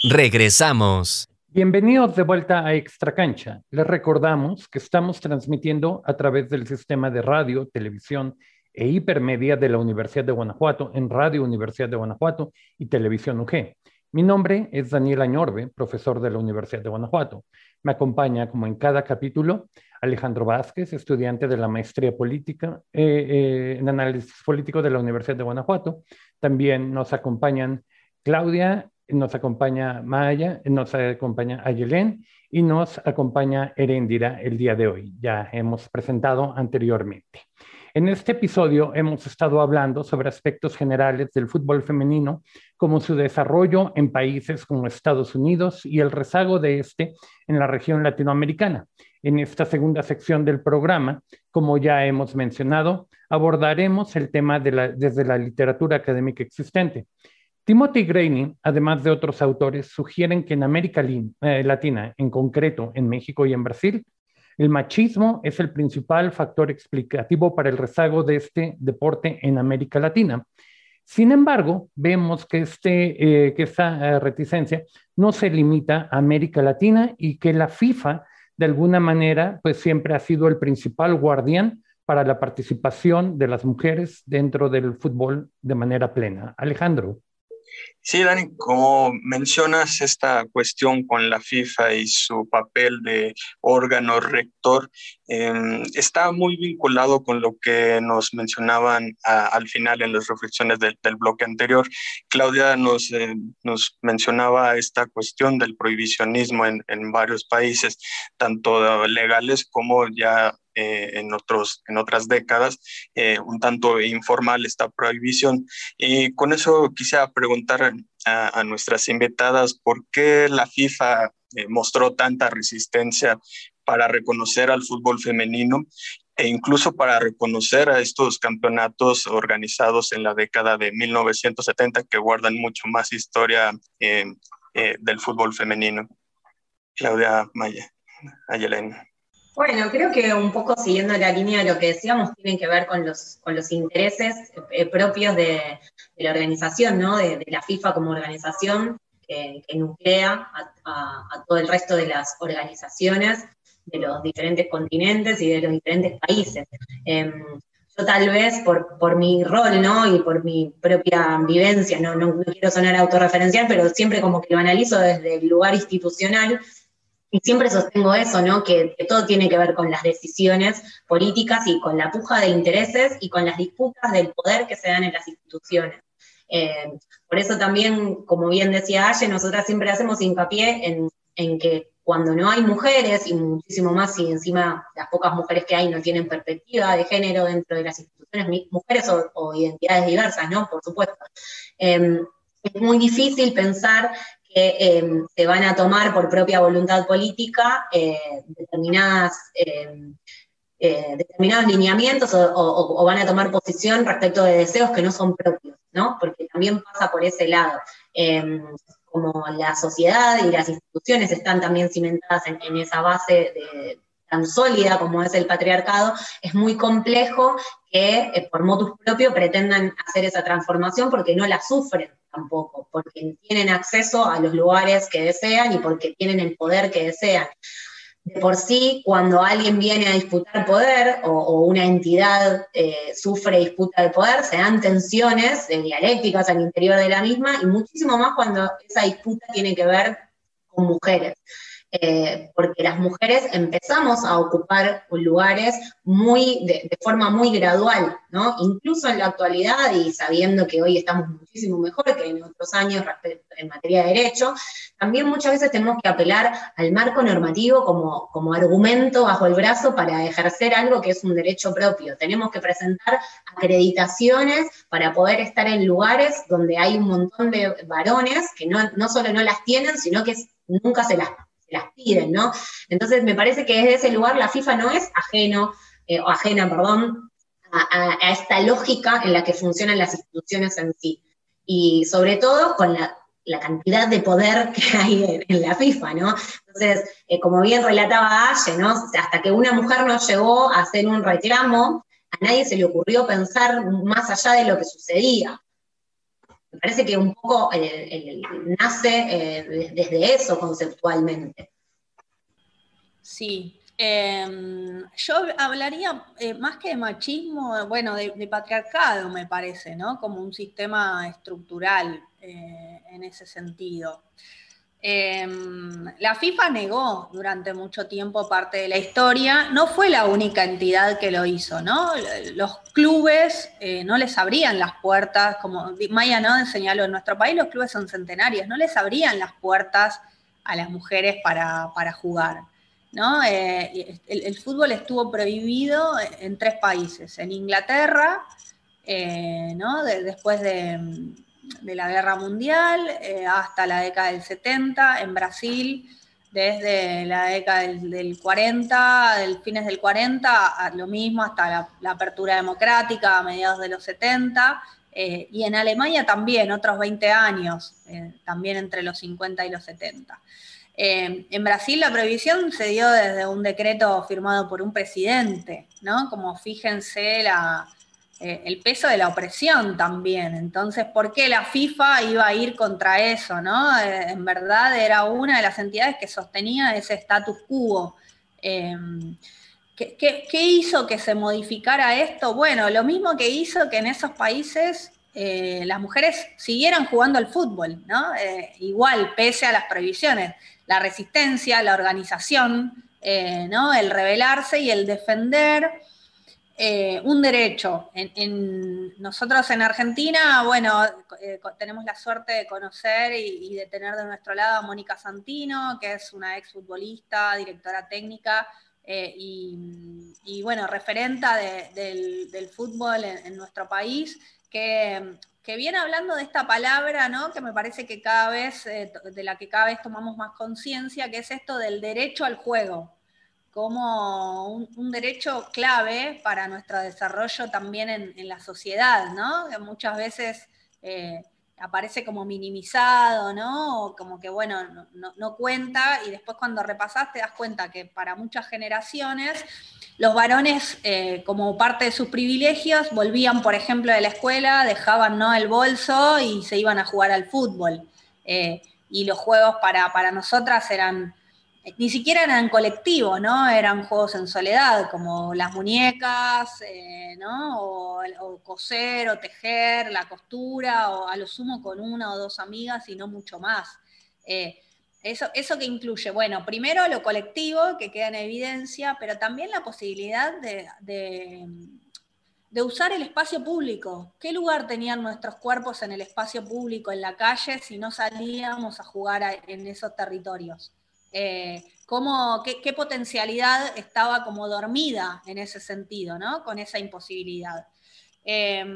Regresamos. Bienvenidos de vuelta a Extra Cancha. Les recordamos que estamos transmitiendo a través del sistema de radio, televisión e hipermedia de la Universidad de Guanajuato en Radio Universidad de Guanajuato y Televisión U G. Mi nombre es Daniel Añorbe, profesor de la Universidad de Guanajuato. Me acompaña, como en cada capítulo, Alejandro Vázquez, estudiante de la maestría política eh, eh, en análisis político de la Universidad de Guanajuato. También nos acompañan Claudia, nos acompaña Maya, nos acompaña Ayelén y nos acompaña Heréndira el día de hoy. Ya hemos presentado anteriormente. En este episodio hemos estado hablando sobre aspectos generales del fútbol femenino, como su desarrollo en países como Estados Unidos y el rezago de este en la región latinoamericana. En esta segunda sección del programa, como ya hemos mencionado, abordaremos el tema de la, desde la literatura académica existente. Timothy Graney, además de otros autores, sugieren que en América Latina, en concreto en México y en Brasil, el machismo es el principal factor explicativo para el rezago de este deporte en América Latina. Sin embargo, vemos que, este, eh, que esta eh, reticencia no se limita a América Latina y que la FIFA, de alguna manera, pues siempre ha sido el principal guardián para la participación de las mujeres dentro del fútbol de manera plena. Alejandro. Sí, Dani, como mencionas esta cuestión con la FIFA y su papel de órgano rector, eh, está muy vinculado con lo que nos mencionaban a, al final en las reflexiones de, del bloque anterior. Claudia nos, eh, nos mencionaba esta cuestión del prohibicionismo en, en varios países, tanto legales como ya Eh, en, otros, en otras décadas, eh, un tanto informal esta prohibición. Y con eso quisiera preguntar a, a nuestras invitadas por qué la FIFA eh, mostró tanta resistencia para reconocer al fútbol femenino e incluso para reconocer a estos campeonatos organizados en la década de mil novecientos setenta que guardan mucho más historia eh, eh, del fútbol femenino. Claudia, Maya, Ayelén. Bueno, creo que un poco siguiendo la línea de lo que decíamos, tiene que ver con los, con los intereses eh, propios de, de la organización, ¿no? De, de la FIFA como organización que, que nuclea a, a, a todo el resto de las organizaciones de los diferentes continentes y de los diferentes países. Eh, yo tal vez por, por mi rol, ¿no? Y por mi propia vivencia, no, no, no quiero sonar autorreferencial, pero siempre como que lo analizo desde el lugar institucional. Y siempre sostengo eso, ¿no? Que, que todo tiene que ver con las decisiones políticas y con la puja de intereses y con las disputas del poder que se dan en las instituciones. Eh, por eso también, como bien decía Aye, nosotras siempre hacemos hincapié en, en que cuando no hay mujeres, y muchísimo más si encima las pocas mujeres que hay no tienen perspectiva de género dentro de las instituciones, mujeres o, o identidades diversas, ¿no? Por supuesto. Eh, es muy difícil pensar que eh, se van a tomar por propia voluntad política eh, determinadas, eh, eh, determinados lineamientos o, o, o van a tomar posición respecto de deseos que no son propios, ¿no? Porque también pasa por ese lado. Eh, como la sociedad y las instituciones están también cimentadas en, en esa base de, tan sólida como es el patriarcado, es muy complejo que eh, por motus propio pretendan hacer esa transformación porque no la sufren tampoco, porque tienen acceso a los lugares que desean y porque tienen el poder que desean. De por sí, cuando alguien viene a disputar poder o, o una entidad eh, sufre disputa de poder, se dan tensiones eh, dialécticas al interior de la misma y muchísimo más cuando esa disputa tiene que ver con mujeres. Eh, porque las mujeres empezamos a ocupar lugares muy, de, de forma muy gradual, ¿no? Incluso en la actualidad y sabiendo que hoy estamos muchísimo mejor que en otros años en materia de derecho, también muchas veces tenemos que apelar al marco normativo como, como argumento bajo el brazo para ejercer algo que es un derecho propio. Tenemos que presentar acreditaciones para poder estar en lugares donde hay un montón de varones que no, no solo no las tienen, sino que nunca se las las piden, ¿no? Entonces me parece que desde ese lugar la FIFA no es ajeno, eh, o ajena, perdón, a, a, a esta lógica en la que funcionan las instituciones en sí. Y sobre todo con la, la cantidad de poder que hay en, en la FIFA, ¿no? Entonces, eh, como bien relataba Aye, ¿no? Hasta que una mujer no llegó a hacer un reclamo, a nadie se le ocurrió pensar más allá de lo que sucedía. Me parece que un poco eh, eh, nace eh, desde eso conceptualmente. Sí, eh, yo hablaría eh, más que de machismo, bueno, de, de patriarcado me parece, ¿no? Como un sistema estructural eh, en ese sentido. Eh, la FIFA negó durante mucho tiempo parte de la historia, no fue la única entidad que lo hizo, ¿no? Los clubes eh, no les abrían las puertas, como Maya, ¿no?, señaló, en nuestro país los clubes son centenarios, no les abrían las puertas a las mujeres para, para jugar, ¿no? Eh, el, el fútbol estuvo prohibido en tres países, en Inglaterra, eh, ¿no?, de, después de... de la Guerra Mundial eh, hasta la década del setenta, en Brasil desde la década del, del cuarenta, del fines del cuarenta, a lo mismo hasta la, la apertura democrática a mediados de los setenta, eh, y en Alemania también, otros veinte años, eh, también entre los cincuenta y los setenta. Eh, en Brasil la prohibición se dio desde un decreto firmado por un presidente, ¿no? Como fíjense la... Eh, el peso de la opresión también. Entonces, ¿por qué la FIFA iba a ir contra eso, no? Eh, en verdad era una de las entidades que sostenía ese status quo. Eh, ¿qué, qué, ¿Qué hizo que se modificara esto? Bueno, lo mismo que hizo que en esos países eh, las mujeres siguieran jugando al fútbol, ¿no? Eh, igual, pese a las prohibiciones. La resistencia, la organización, eh, ¿no? El rebelarse y el defender... Eh, un derecho. En, en, nosotros en Argentina, bueno, eh, tenemos la suerte de conocer y, y de tener de nuestro lado a Mónica Santino, que es una exfutbolista, directora técnica eh, y, y, bueno, referenta de, del, del fútbol en, en nuestro país, que, que viene hablando de esta palabra, ¿no?, que me parece que cada vez, eh, de la que cada vez tomamos más conciencia, que es esto del derecho al juego, como un, un derecho clave para nuestro desarrollo también en, en la sociedad, ¿no? Que muchas veces eh, aparece como minimizado, ¿no? O como que, bueno, no, no, no cuenta, y después cuando repasás te das cuenta que para muchas generaciones los varones, eh, como parte de sus privilegios, volvían, por ejemplo, de la escuela, dejaban, ¿no?, el bolso y se iban a jugar al fútbol. Eh, y los juegos para, para nosotras eran... Ni siquiera eran colectivos, ¿no? Eran juegos en soledad, como las muñecas, eh, ¿no? O, o coser, o tejer, la costura, o a lo sumo con una o dos amigas y no mucho más. Eh, eso, eso que incluye, bueno, primero lo colectivo, que queda en evidencia, pero también la posibilidad de, de, de usar el espacio público. ¿Qué lugar tenían nuestros cuerpos en el espacio público, en la calle, si no salíamos a jugar a, en esos territorios? Eh, cómo, qué, qué potencialidad estaba como dormida en ese sentido, ¿no?, con esa imposibilidad. Eh,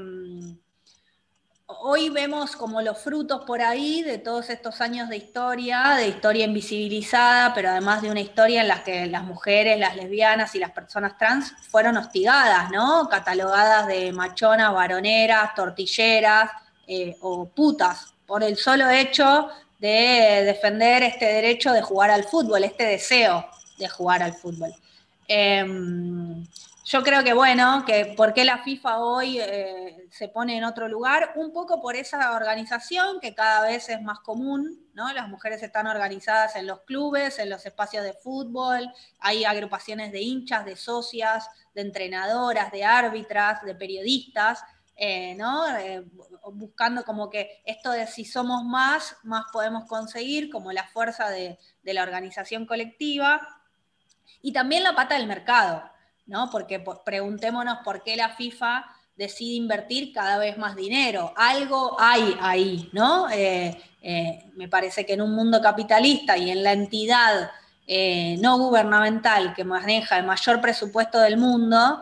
hoy vemos como los frutos por ahí de todos estos años de historia, de historia invisibilizada, pero además de una historia en la que las mujeres, las lesbianas y las personas trans fueron hostigadas, ¿no?, catalogadas de machonas, varoneras, tortilleras eh, o putas, por el solo hecho de defender este derecho de jugar al fútbol, este deseo de jugar al fútbol. Eh, yo creo que bueno, que por qué la FIFA hoy eh, se pone en otro lugar, un poco por esa organización que cada vez es más común, ¿no? Las mujeres están organizadas en los clubes, en los espacios de fútbol, hay agrupaciones de hinchas, de socias, de entrenadoras, de árbitras, de periodistas, eh, ¿no? Eh, buscando como que esto de si somos más, más podemos conseguir, como la fuerza de, de la organización colectiva, y también la pata del mercado, ¿no? Porque pues, preguntémonos por qué la FIFA decide invertir cada vez más dinero. Algo hay ahí, ¿no? Eh, eh, me parece que en un mundo capitalista y en la entidad eh, no gubernamental que maneja el mayor presupuesto del mundo,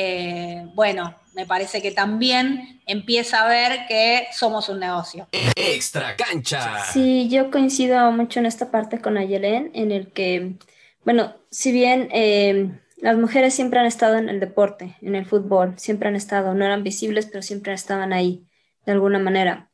eh, bueno, me parece que también empieza a ver que somos un negocio. Extra Cancha. Sí, yo coincido mucho en esta parte con Ayelen, en el que, bueno, si bien eh, las mujeres siempre han estado en el deporte, en el fútbol, siempre han estado, no eran visibles, pero siempre estaban ahí, de alguna manera.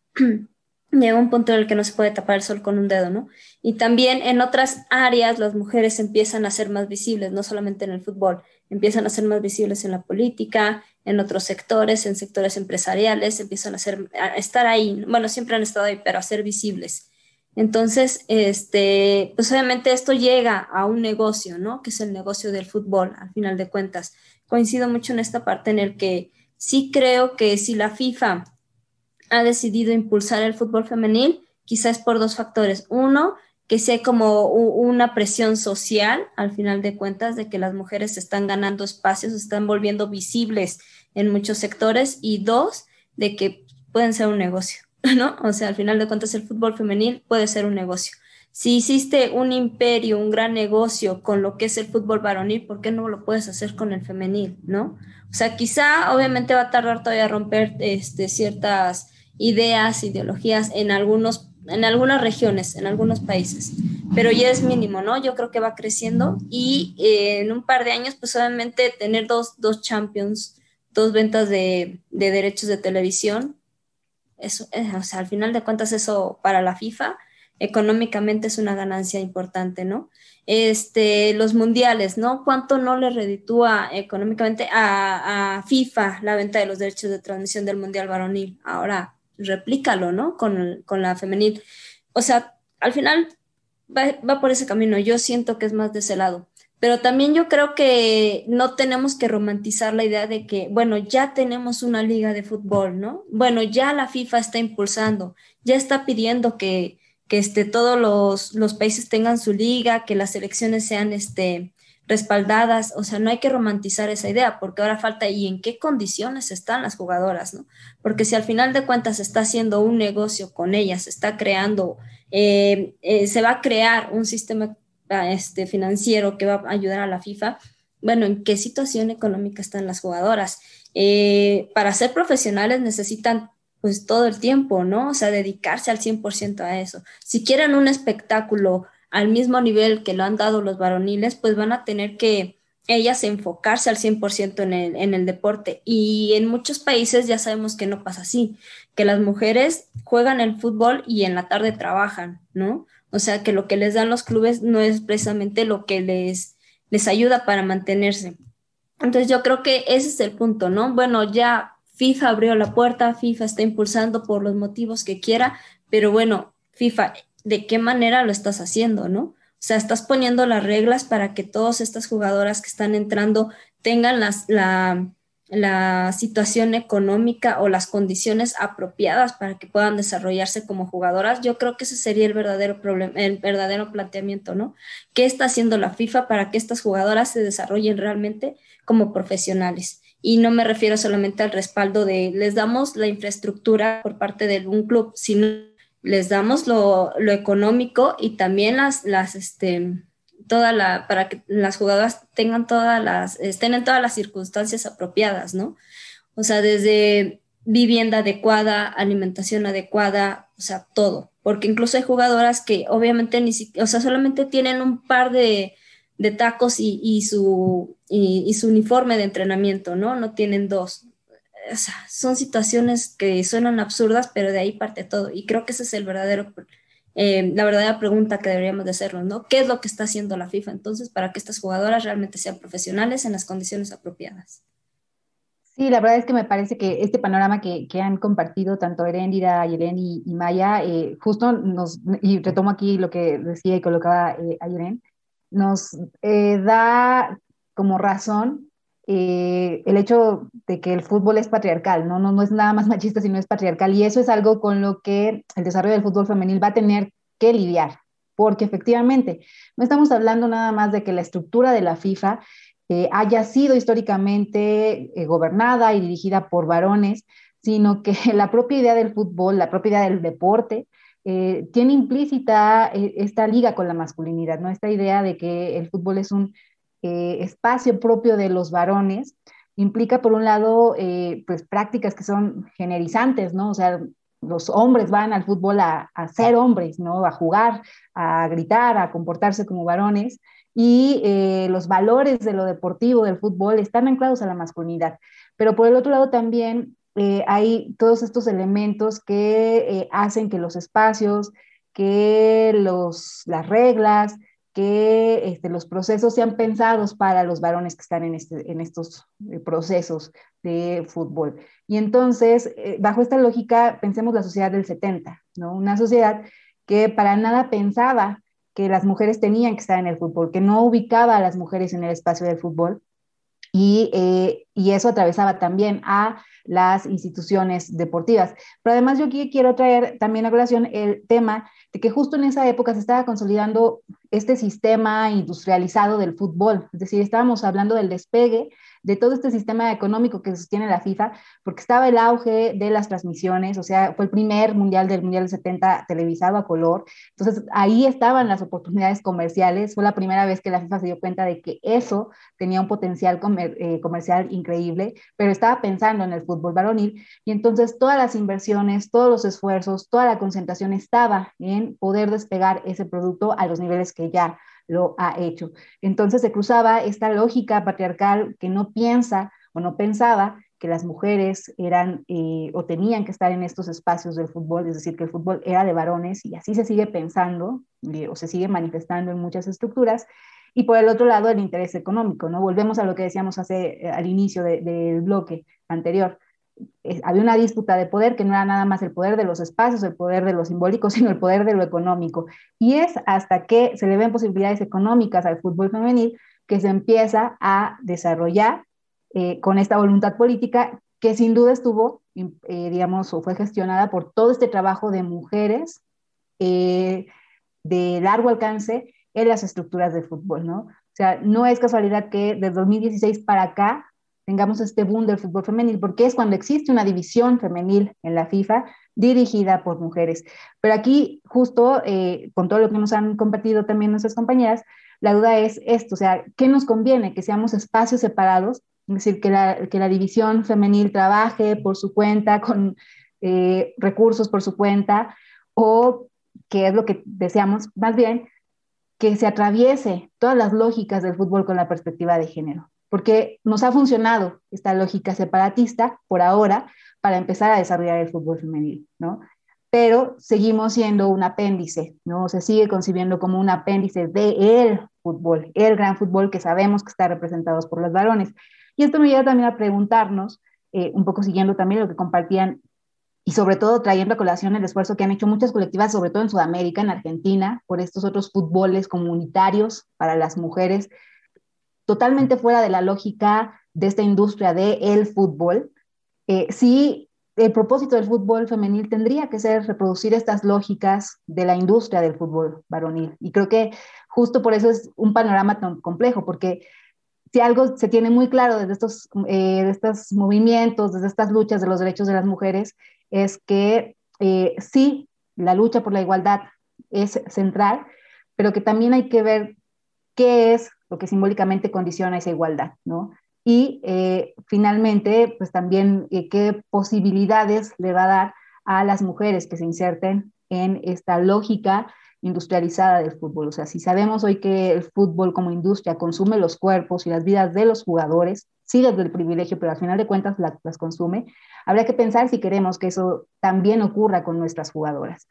Llega un punto en el que no se puede tapar el sol con un dedo, ¿no? Y también en otras áreas las mujeres empiezan a ser más visibles, no solamente en el fútbol, empiezan a ser más visibles en la política, en otros sectores, en sectores empresariales, empiezan a, ser, a estar ahí, bueno, siempre han estado ahí, pero a ser visibles. Entonces, este, pues obviamente esto llega a un negocio, ¿no? Que es el negocio del fútbol, al final de cuentas. Coincido mucho en esta parte en el que sí creo que si la FIFA ha decidido impulsar el fútbol femenil, quizás por dos factores. Uno, que sea como una presión social, al final de cuentas, de que las mujeres están ganando espacios, se están volviendo visibles en muchos sectores. Y dos, de que pueden ser un negocio, ¿no? O sea, al final de cuentas, el fútbol femenil puede ser un negocio. Si hiciste un imperio, un gran negocio con lo que es el fútbol varonil, ¿por qué no lo puedes hacer con el femenil, no? O sea, quizá, obviamente, va a tardar todavía a romper este, ciertas ideas, ideologías en algunos, en algunas regiones, en algunos países, pero ya es mínimo, ¿no? Yo creo que va creciendo y eh, en un par de años, pues obviamente tener dos, dos champions, dos ventas de, de derechos de televisión, eso, eh, o sea, al final de cuentas eso para la FIFA económicamente es una ganancia importante, ¿no? Este, los mundiales, ¿no? ¿Cuánto no le reditúa económicamente a, a FIFA la venta de los derechos de transmisión del mundial varonil? Ahora, replícalo, ¿no? Con, con la femenil. O sea, al final va, va por ese camino. Yo siento que es más de ese lado. Pero también yo creo que no tenemos que romantizar la idea de que, bueno, ya tenemos una liga de fútbol, ¿no? Bueno, ya la FIFA está impulsando, ya está pidiendo que, que este, todos los, los países tengan su liga, que las selecciones sean este, respaldadas. O sea, no hay que romantizar esa idea, porque ahora falta y en qué condiciones están las jugadoras, ¿no? Porque si al final de cuentas se está haciendo un negocio con ellas, se está creando, eh, eh, se va a crear un sistema este, financiero que va a ayudar a la FIFA, bueno, ¿en qué situación económica están las jugadoras? Eh, para ser profesionales necesitan pues todo el tiempo, ¿no? O sea, dedicarse al cien por ciento a eso. Si quieren un espectáculo al mismo nivel que lo han dado los varoniles, pues van a tener que ellas enfocarse al cien por ciento en el, en el deporte. Y en muchos países ya sabemos que no pasa así, que las mujeres juegan el fútbol y en la tarde trabajan, ¿no? O sea, que lo que les dan los clubes no es precisamente lo que les, les ayuda para mantenerse. Entonces yo creo que ese es el punto, ¿no? Bueno, ya FIFA abrió la puerta, FIFA está impulsando por los motivos que quiera, pero bueno, FIFA, ¿de qué manera lo estás haciendo, no? O sea, estás poniendo las reglas para que todas estas jugadoras que están entrando tengan las, la, la situación económica o las condiciones apropiadas para que puedan desarrollarse como jugadoras. Yo creo que ese sería el verdadero problema, el verdadero planteamiento, ¿no? ¿Qué está haciendo la FIFA para que estas jugadoras se desarrollen realmente como profesionales? Y no me refiero solamente al respaldo de les damos la infraestructura por parte de un club, sino les damos lo, lo económico y también las, las este, toda la, para que las jugadoras tengan todas las, estén en todas las circunstancias apropiadas, ¿no? O sea, desde vivienda adecuada, alimentación adecuada, o sea, todo. Porque incluso hay jugadoras que obviamente ni siquiera, o sea, solamente tienen un par de, de tacos y, y, su, y, y su uniforme de entrenamiento, ¿no? No tienen dos. O sea, son situaciones que suenan absurdas, pero de ahí parte todo. Y creo que ese es el verdadero eh, la verdadera pregunta que deberíamos de hacernos, ¿no? ¿Qué es lo que está haciendo la FIFA entonces para que estas jugadoras realmente sean profesionales en las condiciones apropiadas? Sí, la verdad es que me parece que este panorama que, que han compartido tanto Eréndira, Yelén y, y Maya, eh, justo nos, y retomo aquí lo que decía y colocaba eh, a Yelén, nos eh, da como razón eh, el hecho de que el fútbol es patriarcal, ¿no? No, no es nada más machista, sino es patriarcal, y eso es algo con lo que el desarrollo del fútbol femenil va a tener que lidiar, porque efectivamente no estamos hablando nada más de que la estructura de la FIFA eh, haya sido históricamente eh, gobernada y dirigida por varones, sino que la propia idea del fútbol, la propia idea del deporte, eh, tiene implícita eh, esta liga con la masculinidad, ¿no? Esta idea de que el fútbol es un eh, espacio propio de los varones, implica por un lado eh, pues prácticas que son generizantes, ¿no? O sea, los hombres van al fútbol a, a ser hombres, ¿no? A jugar, a gritar, a comportarse como varones, y eh, los valores de lo deportivo, del fútbol, están anclados a la masculinidad. Pero por el otro lado también eh, hay todos estos elementos que eh, hacen que los espacios, que los, las reglas, que este, los procesos sean pensados para los varones que están en, este, en estos eh, procesos de fútbol. Y entonces, eh, bajo esta lógica, pensemos la sociedad del setenta, ¿no? Una sociedad que para nada pensaba que las mujeres tenían que estar en el fútbol, que no ubicaba a las mujeres en el espacio del fútbol, y, eh, y eso atravesaba también a las instituciones deportivas. Pero además yo aquí quiero traer también a colación el tema de que justo en esa época se estaba consolidando este sistema industrializado del fútbol, es decir, estábamos hablando del despegue de todo este sistema económico que sostiene la FIFA, porque estaba el auge de las transmisiones, o sea, fue el primer mundial del Mundial del setenta televisado a color, entonces ahí estaban las oportunidades comerciales, fue la primera vez que la FIFA se dio cuenta de que eso tenía un potencial comer, eh, comercial increíble, pero estaba pensando en el fútbol varonil, y entonces todas las inversiones, todos los esfuerzos, toda la concentración estaba en poder despegar ese producto a los niveles que ya lo ha hecho. Entonces se cruzaba esta lógica patriarcal que no piensa o no pensaba que las mujeres eran eh, o tenían que estar en estos espacios del fútbol, es decir, que el fútbol era de varones, y así se sigue pensando eh, o se sigue manifestando en muchas estructuras. Y por el otro lado, el interés económico, ¿no? Volvemos a lo que decíamos hace, eh, al inicio de, del bloque anterior. Eh, había una disputa de poder que no era nada más el poder de los espacios, el poder de lo simbólico, sino el poder de lo económico. Y es hasta que se le ven posibilidades económicas al fútbol femenil que se empieza a desarrollar eh, con esta voluntad política que sin duda estuvo, eh, digamos, o fue gestionada por todo este trabajo de mujeres eh, de largo alcance en las estructuras del fútbol, ¿no? O sea, no es casualidad que desde dos mil dieciséis para acá tengamos este boom del fútbol femenil, porque es cuando existe una división femenil en la FIFA dirigida por mujeres. Pero aquí, justo eh, con todo lo que nos han compartido también nuestras compañeras, la duda es esto, o sea, ¿qué nos conviene? Que seamos espacios separados, es decir, que la, que la división femenil trabaje por su cuenta, con eh, recursos por su cuenta, o que es lo que deseamos, más bien, que se atraviese todas las lógicas del fútbol con la perspectiva de género, porque nos ha funcionado esta lógica separatista por ahora para empezar a desarrollar el fútbol femenil, ¿no? Pero seguimos siendo un apéndice, ¿no? Se sigue concibiendo como un apéndice del fútbol, el gran fútbol que sabemos que está representado por los varones. Y esto me lleva también a preguntarnos, eh, un poco siguiendo también lo que compartían y sobre todo trayendo a colación el esfuerzo que han hecho muchas colectivas, sobre todo en Sudamérica, en Argentina, por estos otros fútboles comunitarios para las mujeres, totalmente fuera de la lógica de esta industria del fútbol. Eh, sí, el propósito del fútbol femenil tendría que ser reproducir estas lógicas de la industria del fútbol varonil. Y creo que justo por eso es un panorama tan complejo, porque si algo se tiene muy claro desde estos, eh, de estos movimientos, desde estas luchas de los derechos de las mujeres, es que eh, sí, la lucha por la igualdad es central, pero que también hay que ver qué es lo que simbólicamente condiciona esa igualdad, ¿no? Y eh, finalmente, pues también eh, qué posibilidades le va a dar a las mujeres que se inserten en esta lógica industrializada del fútbol. O sea, si sabemos hoy que el fútbol como industria consume los cuerpos y las vidas de los jugadores, sí desde el privilegio, pero al final de cuentas las, las consume, habría que pensar si queremos que eso también ocurra con nuestras jugadoras.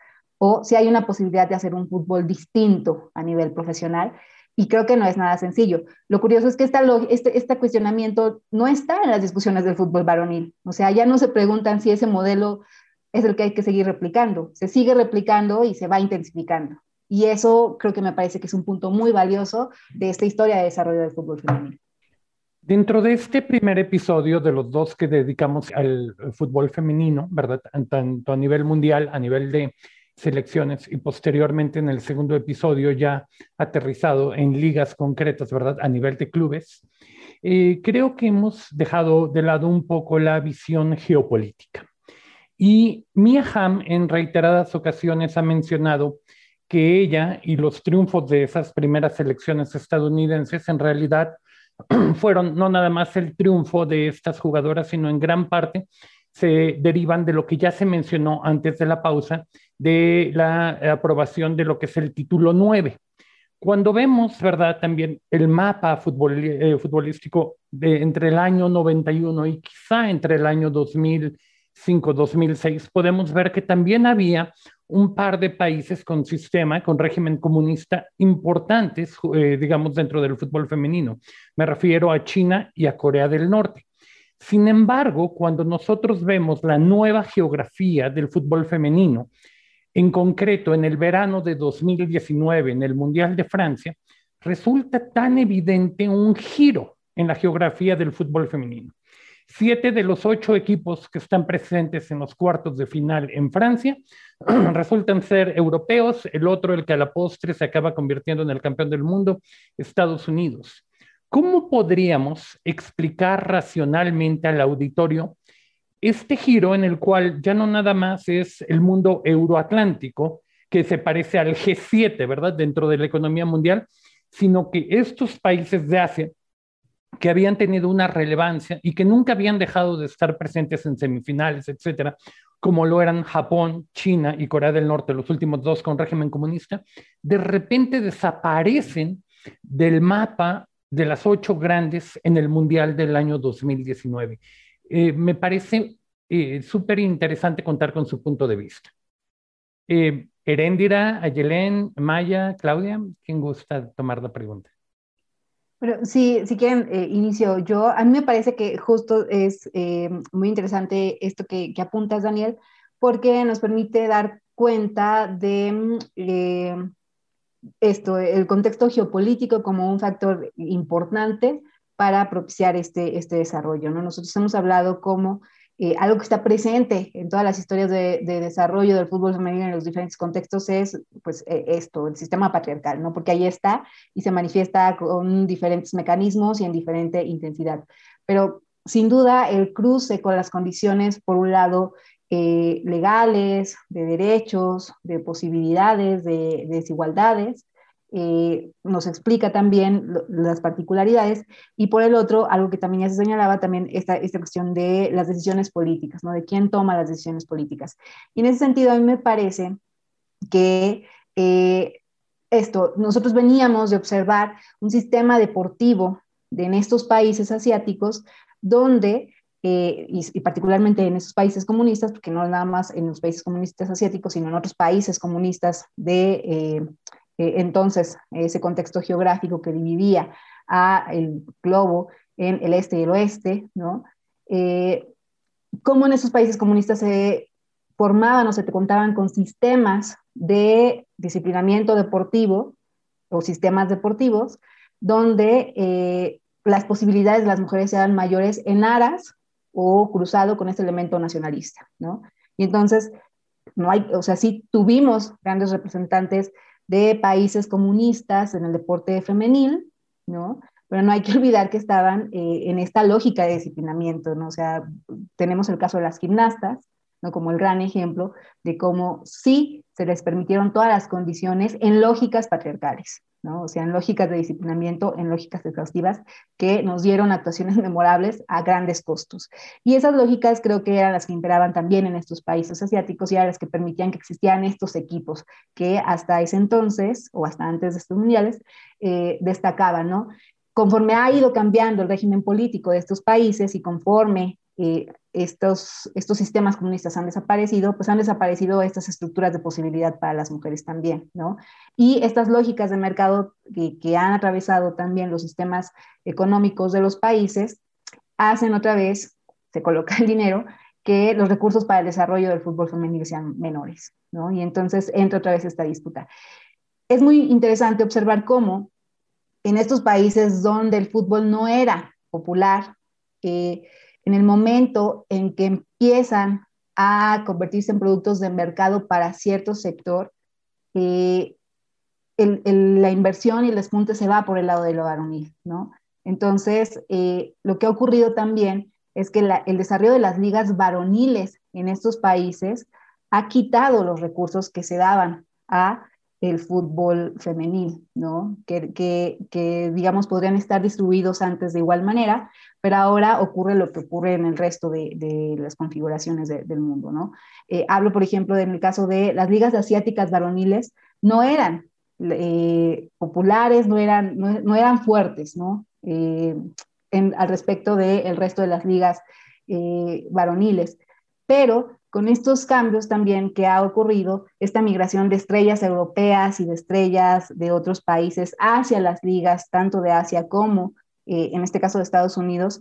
o si hay una posibilidad de hacer un fútbol distinto a nivel profesional. Y creo que no es nada sencillo. Lo curioso es que esta, este, este cuestionamiento no está en las discusiones del fútbol varonil. O sea, ya no se preguntan si ese modelo es el que hay que seguir replicando. Se sigue replicando y se va intensificando. Y eso creo que me parece que es un punto muy valioso de esta historia de desarrollo del fútbol femenino. Dentro de este primer episodio, de los dos que dedicamos al fútbol femenino, ¿verdad? Tanto a nivel mundial, a nivel de selecciones, y posteriormente en el segundo episodio ya aterrizado en ligas concretas, ¿verdad? A nivel de clubes, eh, creo que hemos dejado de lado un poco la visión geopolítica. Y Mia Hamm en reiteradas ocasiones ha mencionado que ella y los triunfos de esas primeras selecciones estadounidenses en realidad fueron no nada más el triunfo de estas jugadoras, sino en gran parte se derivan de lo que ya se mencionó antes de la pausa, de la aprobación de lo que es el título nueve. Cuando vemos, ¿verdad?, también el mapa futbol, eh, futbolístico de entre el año noventa y uno y quizá entre el año dos mil cinco, dos mil seis, podemos ver que también había un par de países con sistema, con régimen comunista importantes, eh, digamos, dentro del fútbol femenino. Me refiero a China y a Corea del Norte. Sin embargo, cuando nosotros vemos la nueva geografía del fútbol femenino, en concreto en el verano de dos mil diecinueve, en el Mundial de Francia, resulta tan evidente un giro en la geografía del fútbol femenino. Siete de los ocho equipos que están presentes en los cuartos de final en Francia resultan ser europeos, el otro, el que a la postre se acaba convirtiendo en el campeón del mundo, Estados Unidos. ¿Cómo podríamos explicar racionalmente al auditorio este giro en el cual ya no nada más es el mundo euroatlántico, que se parece al G siete, ¿verdad?, dentro de la economía mundial, sino que estos países de Asia, que habían tenido una relevancia y que nunca habían dejado de estar presentes en semifinales, etcétera, como lo eran Japón, China y Corea del Norte, los últimos dos con régimen comunista, de repente desaparecen del mapa de las ocho grandes en el Mundial del año dos mil diecinueve. Eh, me parece eh, súper interesante contar con su punto de vista. Eh, Heréndira, Ayelén, Maya, Claudia, ¿quién gusta tomar la pregunta? Bueno, sí, si quieren, eh, inicio yo. A mí me parece que justo es eh, muy interesante esto que, que apuntas, Daniel, porque nos permite dar cuenta de eh, esto, el contexto geopolítico como un factor importante para propiciar este, este desarrollo, ¿no? Nosotros hemos hablado como eh, algo que está presente en todas las historias de, de desarrollo del fútbol femenino en los diferentes contextos es pues eh, esto, el sistema patriarcal, ¿no? Porque ahí está y se manifiesta con diferentes mecanismos y en diferente intensidad. Pero sin duda el cruce con las condiciones, por un lado, eh, legales, de derechos, de posibilidades, de, de desigualdades, Eh, nos explica también lo, las particularidades, y por el otro, algo que también ya se señalaba, también esta, esta cuestión de las decisiones políticas, ¿no? De quién toma las decisiones políticas. Y en ese sentido, a mí me parece que eh, esto, nosotros veníamos de observar un sistema deportivo de, en estos países asiáticos, donde, eh, y, y particularmente en esos países comunistas, porque no nada más en los países comunistas asiáticos, sino en otros países comunistas de... Eh, Eh, entonces, ese contexto geográfico que dividía a el globo en el este y el oeste, ¿no? Eh, cómo en esos países comunistas se formaban o se contaban con sistemas de disciplinamiento deportivo o sistemas deportivos donde eh, las posibilidades de las mujeres eran mayores en aras o cruzado con este elemento nacionalista, ¿no? Y entonces, no hay, o sea, sí tuvimos grandes representantes de países comunistas en el deporte femenil, ¿no? Pero no hay que olvidar que estaban eh, en esta lógica de disciplinamiento, ¿no? O sea, tenemos el caso de las gimnastas, ¿no? Como el gran ejemplo de cómo sí se les permitieron todas las condiciones en lógicas patriarcales, ¿no? O sea, en lógicas de disciplinamiento, en lógicas exhaustivas, que nos dieron actuaciones memorables a grandes costos. Y esas lógicas creo que eran las que imperaban también en estos países asiáticos y eran las que permitían que existieran estos equipos que hasta ese entonces, o hasta antes de estos mundiales, eh, destacaban, ¿no? Conforme ha ido cambiando el régimen político de estos países y conforme eh, estos, estos sistemas comunistas han desaparecido, pues han desaparecido estas estructuras de posibilidad para las mujeres también, ¿no? Y estas lógicas de mercado que, que han atravesado también los sistemas económicos de los países, hacen otra vez, se coloca el dinero, que los recursos para el desarrollo del fútbol femenil sean menores, ¿no? Y entonces entra otra vez esta disputa. Es muy interesante observar cómo en estos países donde el fútbol no era popular, eh, en el momento en que empiezan a convertirse en productos de mercado para cierto sector, eh, el, el, la inversión y el despunte se va por el lado de lo varonil, ¿no? Entonces, eh, lo que ha ocurrido también es que la, el desarrollo de las ligas varoniles en estos países ha quitado los recursos que se daban a el fútbol femenil, ¿no? Que, que, que, digamos, podrían estar distribuidos antes de igual manera, pero ahora ocurre lo que ocurre en el resto de, de las configuraciones de, del mundo, ¿no? Eh, hablo, por ejemplo, en el caso de las ligas asiáticas varoniles, no eran eh, populares, no eran, no, no eran fuertes, ¿no? Eh, en, al respecto del resto de las ligas eh, varoniles, pero con estos cambios también que ha ocurrido, esta migración de estrellas europeas y de estrellas de otros países hacia las ligas, tanto de Asia como, eh, en este caso de Estados Unidos,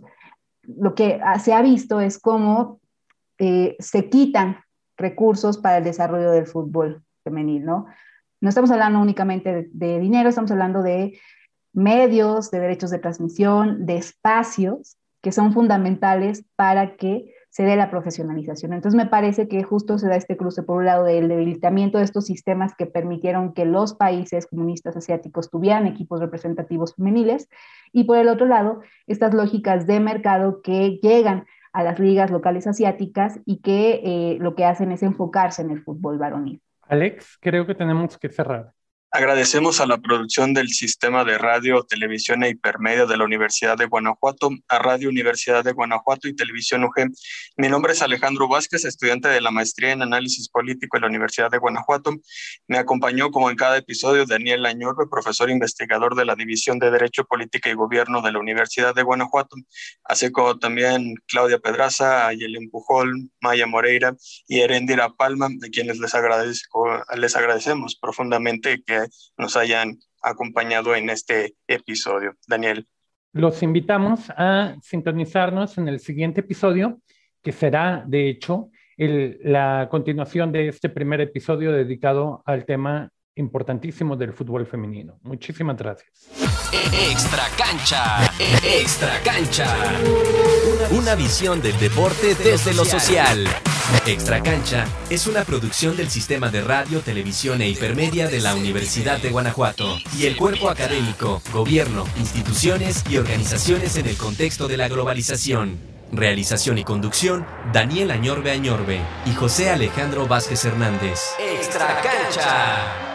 lo que se ha visto es cómo eh, se quitan recursos para el desarrollo del fútbol femenil, ¿no? No estamos hablando únicamente de, de dinero, estamos hablando de medios, de derechos de transmisión, de espacios que son fundamentales para que se dé la profesionalización. Entonces me parece que justo se da este cruce, por un lado, del debilitamiento de estos sistemas que permitieron que los países comunistas asiáticos tuvieran equipos representativos femeniles, y por el otro lado, estas lógicas de mercado que llegan a las ligas locales asiáticas y que eh, lo que hacen es enfocarse en el fútbol varonil. Alex, creo que tenemos que cerrar. Agradecemos a la producción del Sistema de Radio, Televisión e Hipermedia de la Universidad de Guanajuato, a Radio Universidad de Guanajuato y Televisión U G. Mi nombre es Alejandro Vázquez, estudiante de la Maestría en Análisis Político en la Universidad de Guanajuato. Me acompañó, como en cada episodio, Daniel Añorbe, profesor investigador de la División de Derecho, Política y Gobierno de la Universidad de Guanajuato, así como también Claudia Pedraza, Ayelen Pujol, Maya Moreira y Erendira Palma, de quienes les, agradezco, les agradecemos profundamente que nos hayan acompañado en este episodio. Daniel. Los invitamos a sintonizarnos en el siguiente episodio, que será, de hecho, el, la continuación de este primer episodio dedicado al tema importantísimo del fútbol femenino. Muchísimas gracias. Extra Cancha, Extra Cancha. Una visión del deporte desde lo social. Extra Cancha es una producción del Sistema de Radio, Televisión e Hipermedia de la Universidad de Guanajuato y el cuerpo académico, gobierno, instituciones y organizaciones en el contexto de la globalización. Realización y conducción, Daniel Añorbe Añorbe y José Alejandro Vázquez Hernández. Extra Cancha.